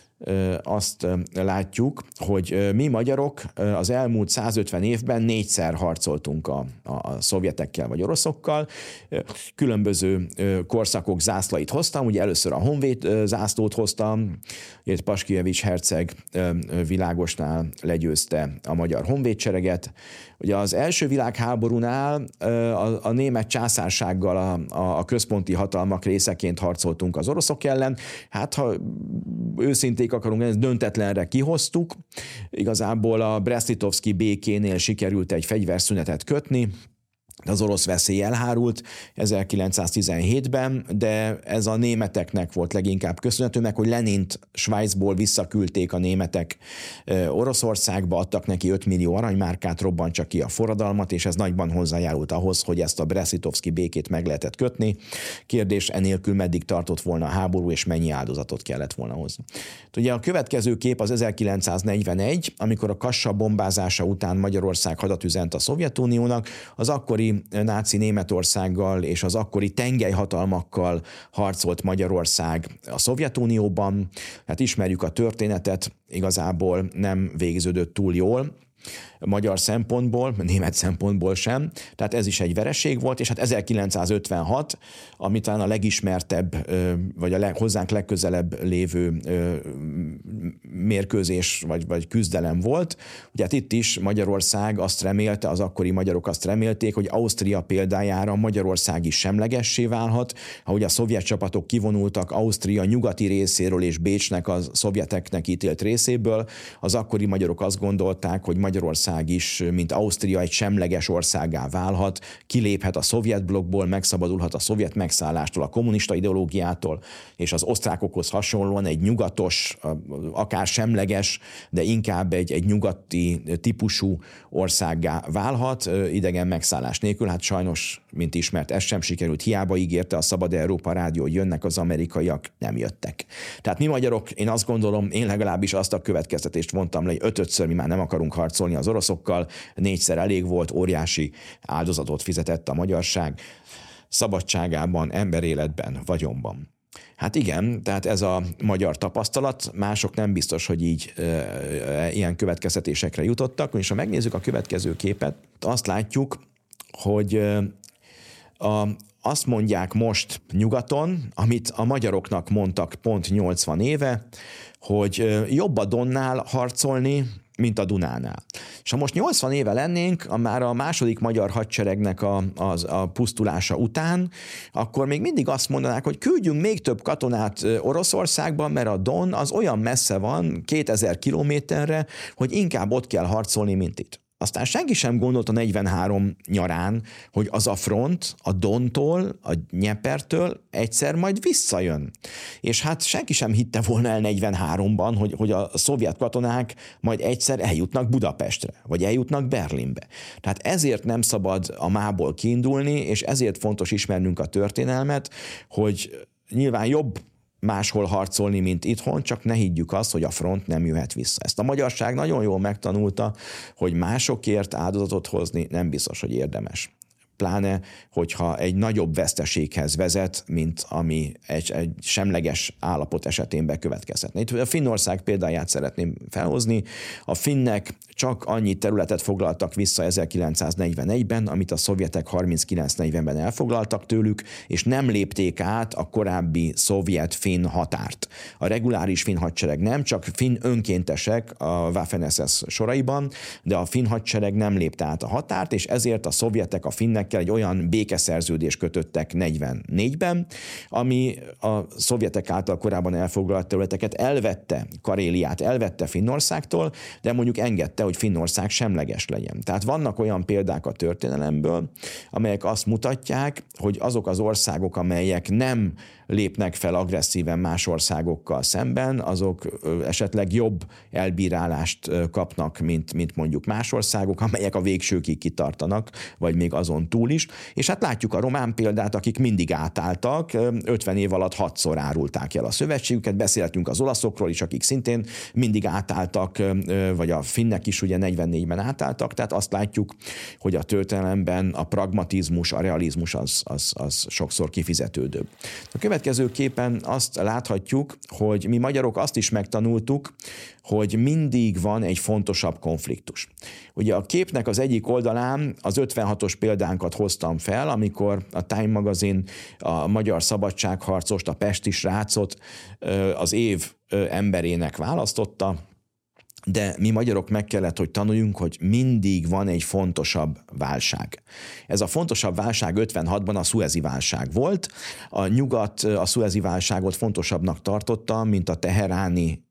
azt látjuk, hogy mi magyarok az elmúlt 150 évben 4-szer harcoltunk a szovjetekkel vagy oroszokkal. Különböző korszakok zászlait hoztam, ugye először a Honvéd zászlót hoztam, Paskijevics herceg Világosnál legyőzte a magyar honvédsereget. Ugye az első világháborúnál a német császársággal a központi hatalmak részeként harcoltunk az oroszok ellen. Hát ha őszinték akarunk, ezt döntetlenre kihoztuk. Igazából a Brest-Litovszki békénél sikerült egy fegyverszünetet kötni, az orosz veszély elhárult 1917-ben, de ez a németeknek volt leginkább köszönhető, meg hogy Lenint Svájcból visszaküldték a németek Oroszországba, adtak neki 5 millió aranymárkát, robbantsa ki a forradalmat, és ez nagyban hozzájárult ahhoz, hogy ezt a Brest-Litovszki békét meg lehetett kötni. Kérdés, enélkül meddig tartott volna a háború, és mennyi áldozatot kellett volna hozni. Ugye a következő kép az 1941, amikor a Kassa bombázása után Magyarország hadat üzent a Szovjetuniónak, az akkori náci Németországgal és az akkori tengelyhatalmakkal harcolt Magyarország a Szovjetunióban. Hát ismerjük a történetet, igazából nem végződött túl jól, magyar szempontból, német szempontból sem. Tehát ez is egy vereség volt, és hát 1956, ami talán a legismertebb, vagy a hozzánk legközelebb lévő mérkőzés, vagy küzdelem volt. Ugye hát itt is Magyarország azt remélte, az akkori magyarok azt remélték, hogy Ausztria példájára Magyarország is semlegessé válhat. Ahogy a szovjet csapatok kivonultak Ausztria nyugati részéről és Bécsnek a szovjeteknek ítélt részéből, az akkori magyarok azt gondolták, hogy Magyarország is, mint Ausztria, egy semleges országgá válhat, kiléphet a szovjet blokkból, megszabadulhat a szovjet megszállástól, a kommunista ideológiától, és az osztrákokhoz hasonlóan egy nyugatos, akár semleges, de inkább egy nyugati típusú országgá válhat, idegen megszállás nélkül. Hát sajnos, mint ismert, ez sem sikerült. Hiába ígérte a Szabad Európa Rádió, hogy jönnek az amerikaiak, nem jöttek. Tehát mi magyarok, én azt gondolom, én legalábbis azt a következtetést vontam le, hogy 5-ször mi már nem akarunk harcolni az oroszokkal, 4-szer elég volt, óriási áldozatot fizetett a magyarság szabadságában, emberéletben, vagyonban. Hát igen, tehát ez a magyar tapasztalat, mások nem biztos, hogy így ilyen következtetésekre jutottak, és ha megnézzük a következő képet, azt látjuk, hogy azt mondják most nyugaton, amit a magyaroknak mondtak pont 80 éve, hogy jobb a Donnál harcolni, mint a Dunánál. És ha most 80 éve lennénk, már a második magyar hadseregnek a pusztulása után, akkor még mindig azt mondanák, hogy küldjünk még több katonát Oroszországban, mert a Don az olyan messze van, 2000 kilométerre, hogy inkább ott kell harcolni, mint itt. Aztán senki sem gondolt a 43 nyarán, hogy az a front a Dontól, a Dnyepertől egyszer majd visszajön. És hát senki sem hitte volna el 43-ban, hogy a szovjet katonák majd egyszer eljutnak Budapestre, vagy eljutnak Berlinbe. Tehát ezért nem szabad a mából kiindulni, és ezért fontos ismernünk a történelmet, hogy nyilván jobb máshol harcolni, mint itthon, csak ne higgyük azt, hogy a front nem jöhet vissza. Ezt a magyarság nagyon jól megtanulta, hogy másokért áldozatot hozni nem biztos, hogy érdemes. Pláne, hogyha egy nagyobb veszteséghez vezet, mint ami egy semleges állapot esetén bekövetkezhetne. Itt a Finnország példáját szeretném felhozni. A finnek csak annyi területet foglaltak vissza 1941-ben, amit a szovjetek 39-40-ben elfoglaltak tőlük, és nem lépték át a korábbi szovjet-finn határt. A reguláris finn hadsereg nem, csak finn önkéntesek a Waffen-SS soraiban, de a finn hadsereg nem lépte át a határt, és ezért a szovjetek a finnekkel egy olyan békeszerződést kötöttek 44-ben, ami a szovjetek által korábban elfoglalt területeket elvette, Karéliát elvette Finnországtól, de mondjuk engedte, hogy Finnország semleges legyen. Tehát vannak olyan példák a történelemből, amelyek azt mutatják, hogy azok az országok, amelyek nem lépnek fel agresszíven más országokkal szemben, azok esetleg jobb elbírálást kapnak, mint mondjuk más országok, amelyek a végsőkig kitartanak, vagy még azon túl is. És hát látjuk a román példát, akik mindig átálltak, 50 év alatt 6-szor árulták el a szövetségüket, beszéltünk az olaszokról is, akik szintén mindig átálltak, vagy a finnek is ugye 44-ben átálltak, tehát azt látjuk, hogy a történelemben a pragmatizmus, a realizmus az sokszor kifizetődőbb. A következő képen azt láthatjuk, hogy mi magyarok azt is megtanultuk, hogy mindig van egy fontosabb konfliktus. Ugye a képnek az egyik oldalán az 56-os példánkat hoztam fel, amikor a Time magazin a magyar szabadságharcost, a pesti srácot az év emberének választotta, de mi magyarok meg kellett, hogy tanuljunk, hogy mindig van egy fontosabb válság. Ez a fontosabb válság 56-ban a szuezi válság volt. A nyugat a szuezi válságot fontosabbnak tartotta, mint a teheráni,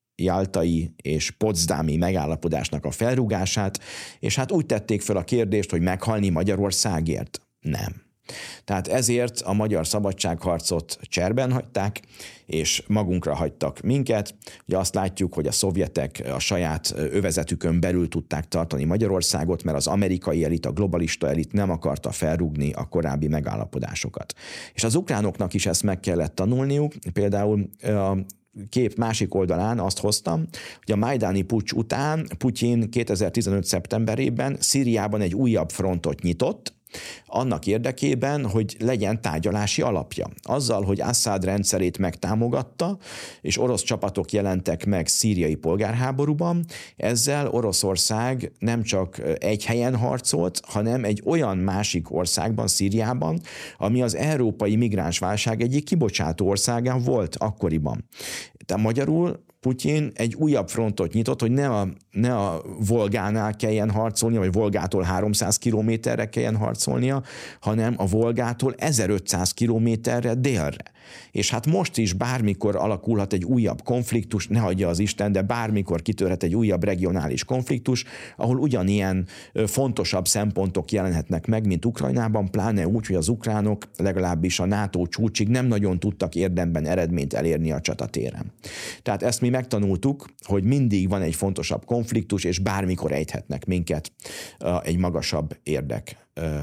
jaltai és potsdami megállapodásnak a felrúgását, és hát úgy tették fel a kérdést, hogy meghalni Magyarországért? Nem. Tehát ezért a magyar szabadságharcot cserben hagyták, és magunkra hagytak minket. Ugye azt látjuk, hogy a szovjetek a saját övezetükön belül tudták tartani Magyarországot, mert az amerikai elit, a globalista elit nem akarta felrúgni a korábbi megállapodásokat. És az ukránoknak is ezt meg kellett tanulniuk, például a kép másik oldalán azt hoztam, hogy a majdáni puccs után Putyin 2015. szeptemberében Szíriában egy újabb frontot nyitott, annak érdekében, hogy legyen tárgyalási alapja. Azzal, hogy Assad rendszerét megtámogatta, és orosz csapatok jelentek meg szíriai polgárháborúban, ezzel Oroszország nem csak egy helyen harcolt, hanem egy olyan másik országban, Szíriában, ami az európai migránsválság egyik kibocsátó országán volt akkoriban. Tehát magyarul Putyin egy újabb frontot nyitott, hogy ne a Volgánál kelljen harcolnia, vagy Volgától 300 kilométerre kelljen harcolnia, hanem a Volgától 1500 kilométerre délre. És hát most is bármikor alakulhat egy újabb konfliktus, ne hagyja az Isten, de bármikor kitörhet egy újabb regionális konfliktus, ahol ugyanilyen fontosabb szempontok jelenhetnek meg, mint Ukrajnában, pláne úgy, hogy az ukránok legalábbis a NATO csúcsig nem nagyon tudtak érdemben eredményt elérni a csatatéren. Tehát ezt mi megtanultuk, hogy mindig van egy fontosabb konfliktus, és bármikor ejthetnek minket egy magasabb érdek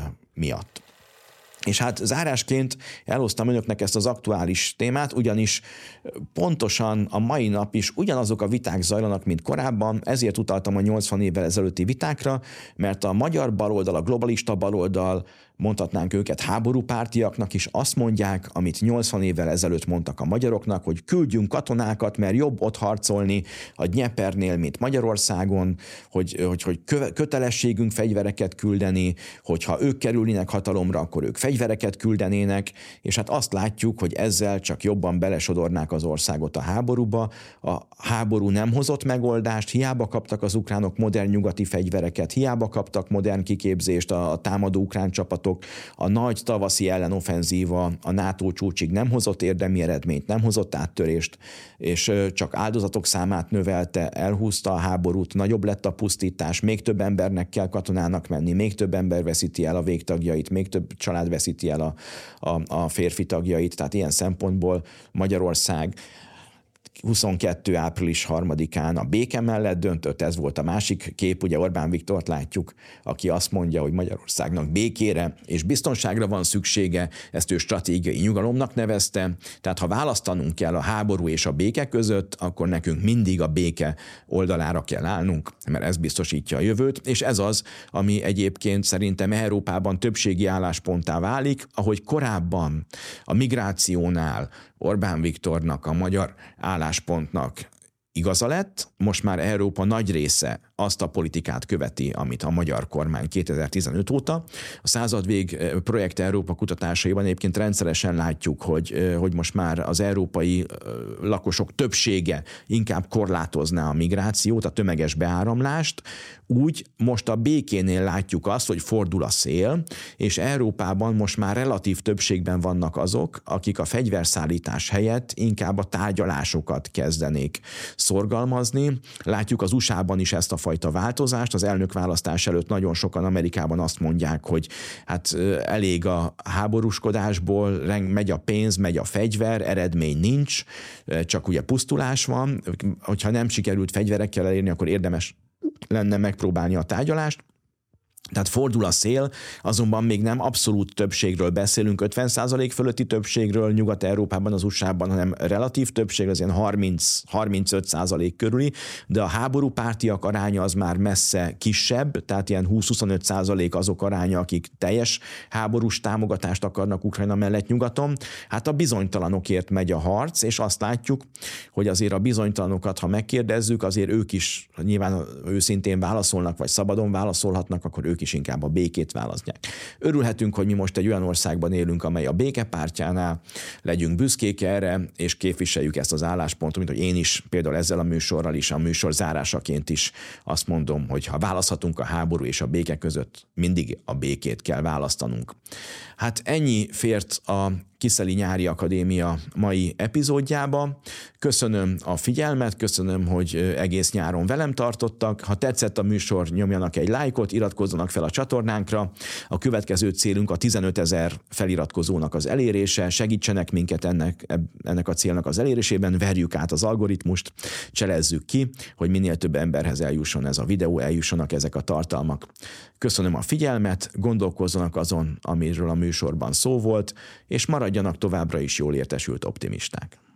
miatt. És hát zárásként elhoztam önöknek ezt az aktuális témát, ugyanis pontosan a mai nap is ugyanazok a viták zajlanak, mint korábban, ezért utaltam a 80 évvel ezelőtti vitákra, mert a magyar baloldal, a globalista baloldal, mondhatnánk őket háborúpártiaknak is, azt mondják, amit 80 évvel ezelőtt mondtak a magyaroknak, hogy küldjünk katonákat, mert jobb ott harcolni a Dnyepernél, mint Magyarországon, hogy kötelességünk fegyvereket küldeni, hogyha ők kerülnének hatalomra, akkor ők fegyvereket küldenének, és hát azt látjuk, hogy ezzel csak jobban belesodornák az országot a háborúba. A háború nem hozott megoldást, hiába kaptak az ukránok modern nyugati fegyvereket, hiába kaptak modern kiképzést a támadó ukrán csapatok, a nagy tavaszi ellenoffenzíva a NATO csúcsig nem hozott érdemi eredményt, nem hozott áttörést, és csak áldozatok számát növelte, elhúzta a háborút, nagyobb lett a pusztítás, még több embernek kell katonának menni, még több ember veszíti el a végtagjait, még több család veszíti el a férfi tagjait, tehát ilyen szempontból Magyarország 22. április 3-án a béke mellett döntött, ez volt a másik kép, ugye Orbán Viktort látjuk, aki azt mondja, hogy Magyarországnak békére és biztonságra van szüksége, ezt ő stratégiai nyugalomnak nevezte, tehát ha választanunk kell a háború és a béke között, akkor nekünk mindig a béke oldalára kell állnunk, mert ez biztosítja a jövőt, és ez az, ami egyébként szerintem Európában többségi állásponttá válik, ahogy korábban a migrációnál Orbán Viktornak, a magyar álláspontnak igaza lett, most már Európa nagy része azt a politikát követi, amit a magyar kormány 2015 óta. A századvég projekt Európa kutatásaiban egyébként rendszeresen látjuk, hogy most már az európai lakosok többsége inkább korlátozná a migrációt, a tömeges beáramlást. Úgy most a békénél látjuk azt, hogy fordul a szél, és Európában most már relatív többségben vannak azok, akik a fegyverszállítás helyett inkább a tárgyalásokat kezdenék szorgalmazni. Látjuk az USA-ban is ezt a fajta változást. Az elnökválasztás előtt nagyon sokan Amerikában azt mondják, hogy hát elég a háborúskodásból, megy a pénz, megy a fegyver, eredmény nincs, csak ugye pusztulás van. Hogyha nem sikerült fegyverekkel elérni, akkor érdemes lenne megpróbálni a tárgyalást. Tehát fordul a szél, azonban még nem abszolút többségről beszélünk, 50% fölötti többségről Nyugat-Európában, az USA-ban, hanem relatív többség, az ilyen 30-35% körüli, de a háborúpártiak aránya az már messze kisebb, tehát ilyen 20-25% azok aránya, akik teljes háborús támogatást akarnak Ukrajna mellett nyugaton. Hát a bizonytalanokért megy a harc, és azt látjuk, hogy azért a bizonytalanokat, ha megkérdezzük, azért ők is nyilván őszintén válaszolnak, vagy szabadon válaszolhatnak, akkor ők is inkább a békét választják. Örülhetünk, hogy mi most egy olyan országban élünk, amely a béke pártjánál, legyünk büszkék erre, és képviseljük ezt az álláspontot, mint hogy én is például ezzel a műsorral is, a műsor zárásaként is azt mondom, hogy ha választhatunk a háború és a béke között, mindig a békét kell választanunk. Hát ennyi fért a Kiszeli Nyári Akadémia mai epizódjába. Köszönöm a figyelmet, köszönöm, hogy egész nyáron velem tartottak. Ha tetszett a műsor, nyomjanak egy lájkot, iratkozzanak fel a csatornánkra. A következő célunk a 15 000 feliratkozónak az elérése. Segítsenek minket ennek a célnak az elérésében, verjük át az algoritmust, cselezzük ki, hogy minél több emberhez eljusson ez a videó, eljussanak ezek a tartalmak. Köszönöm a figyelmet, gondolkozzanak azon, amiről a műsorban szó volt, és maradjanak továbbra is jól értesült optimisták.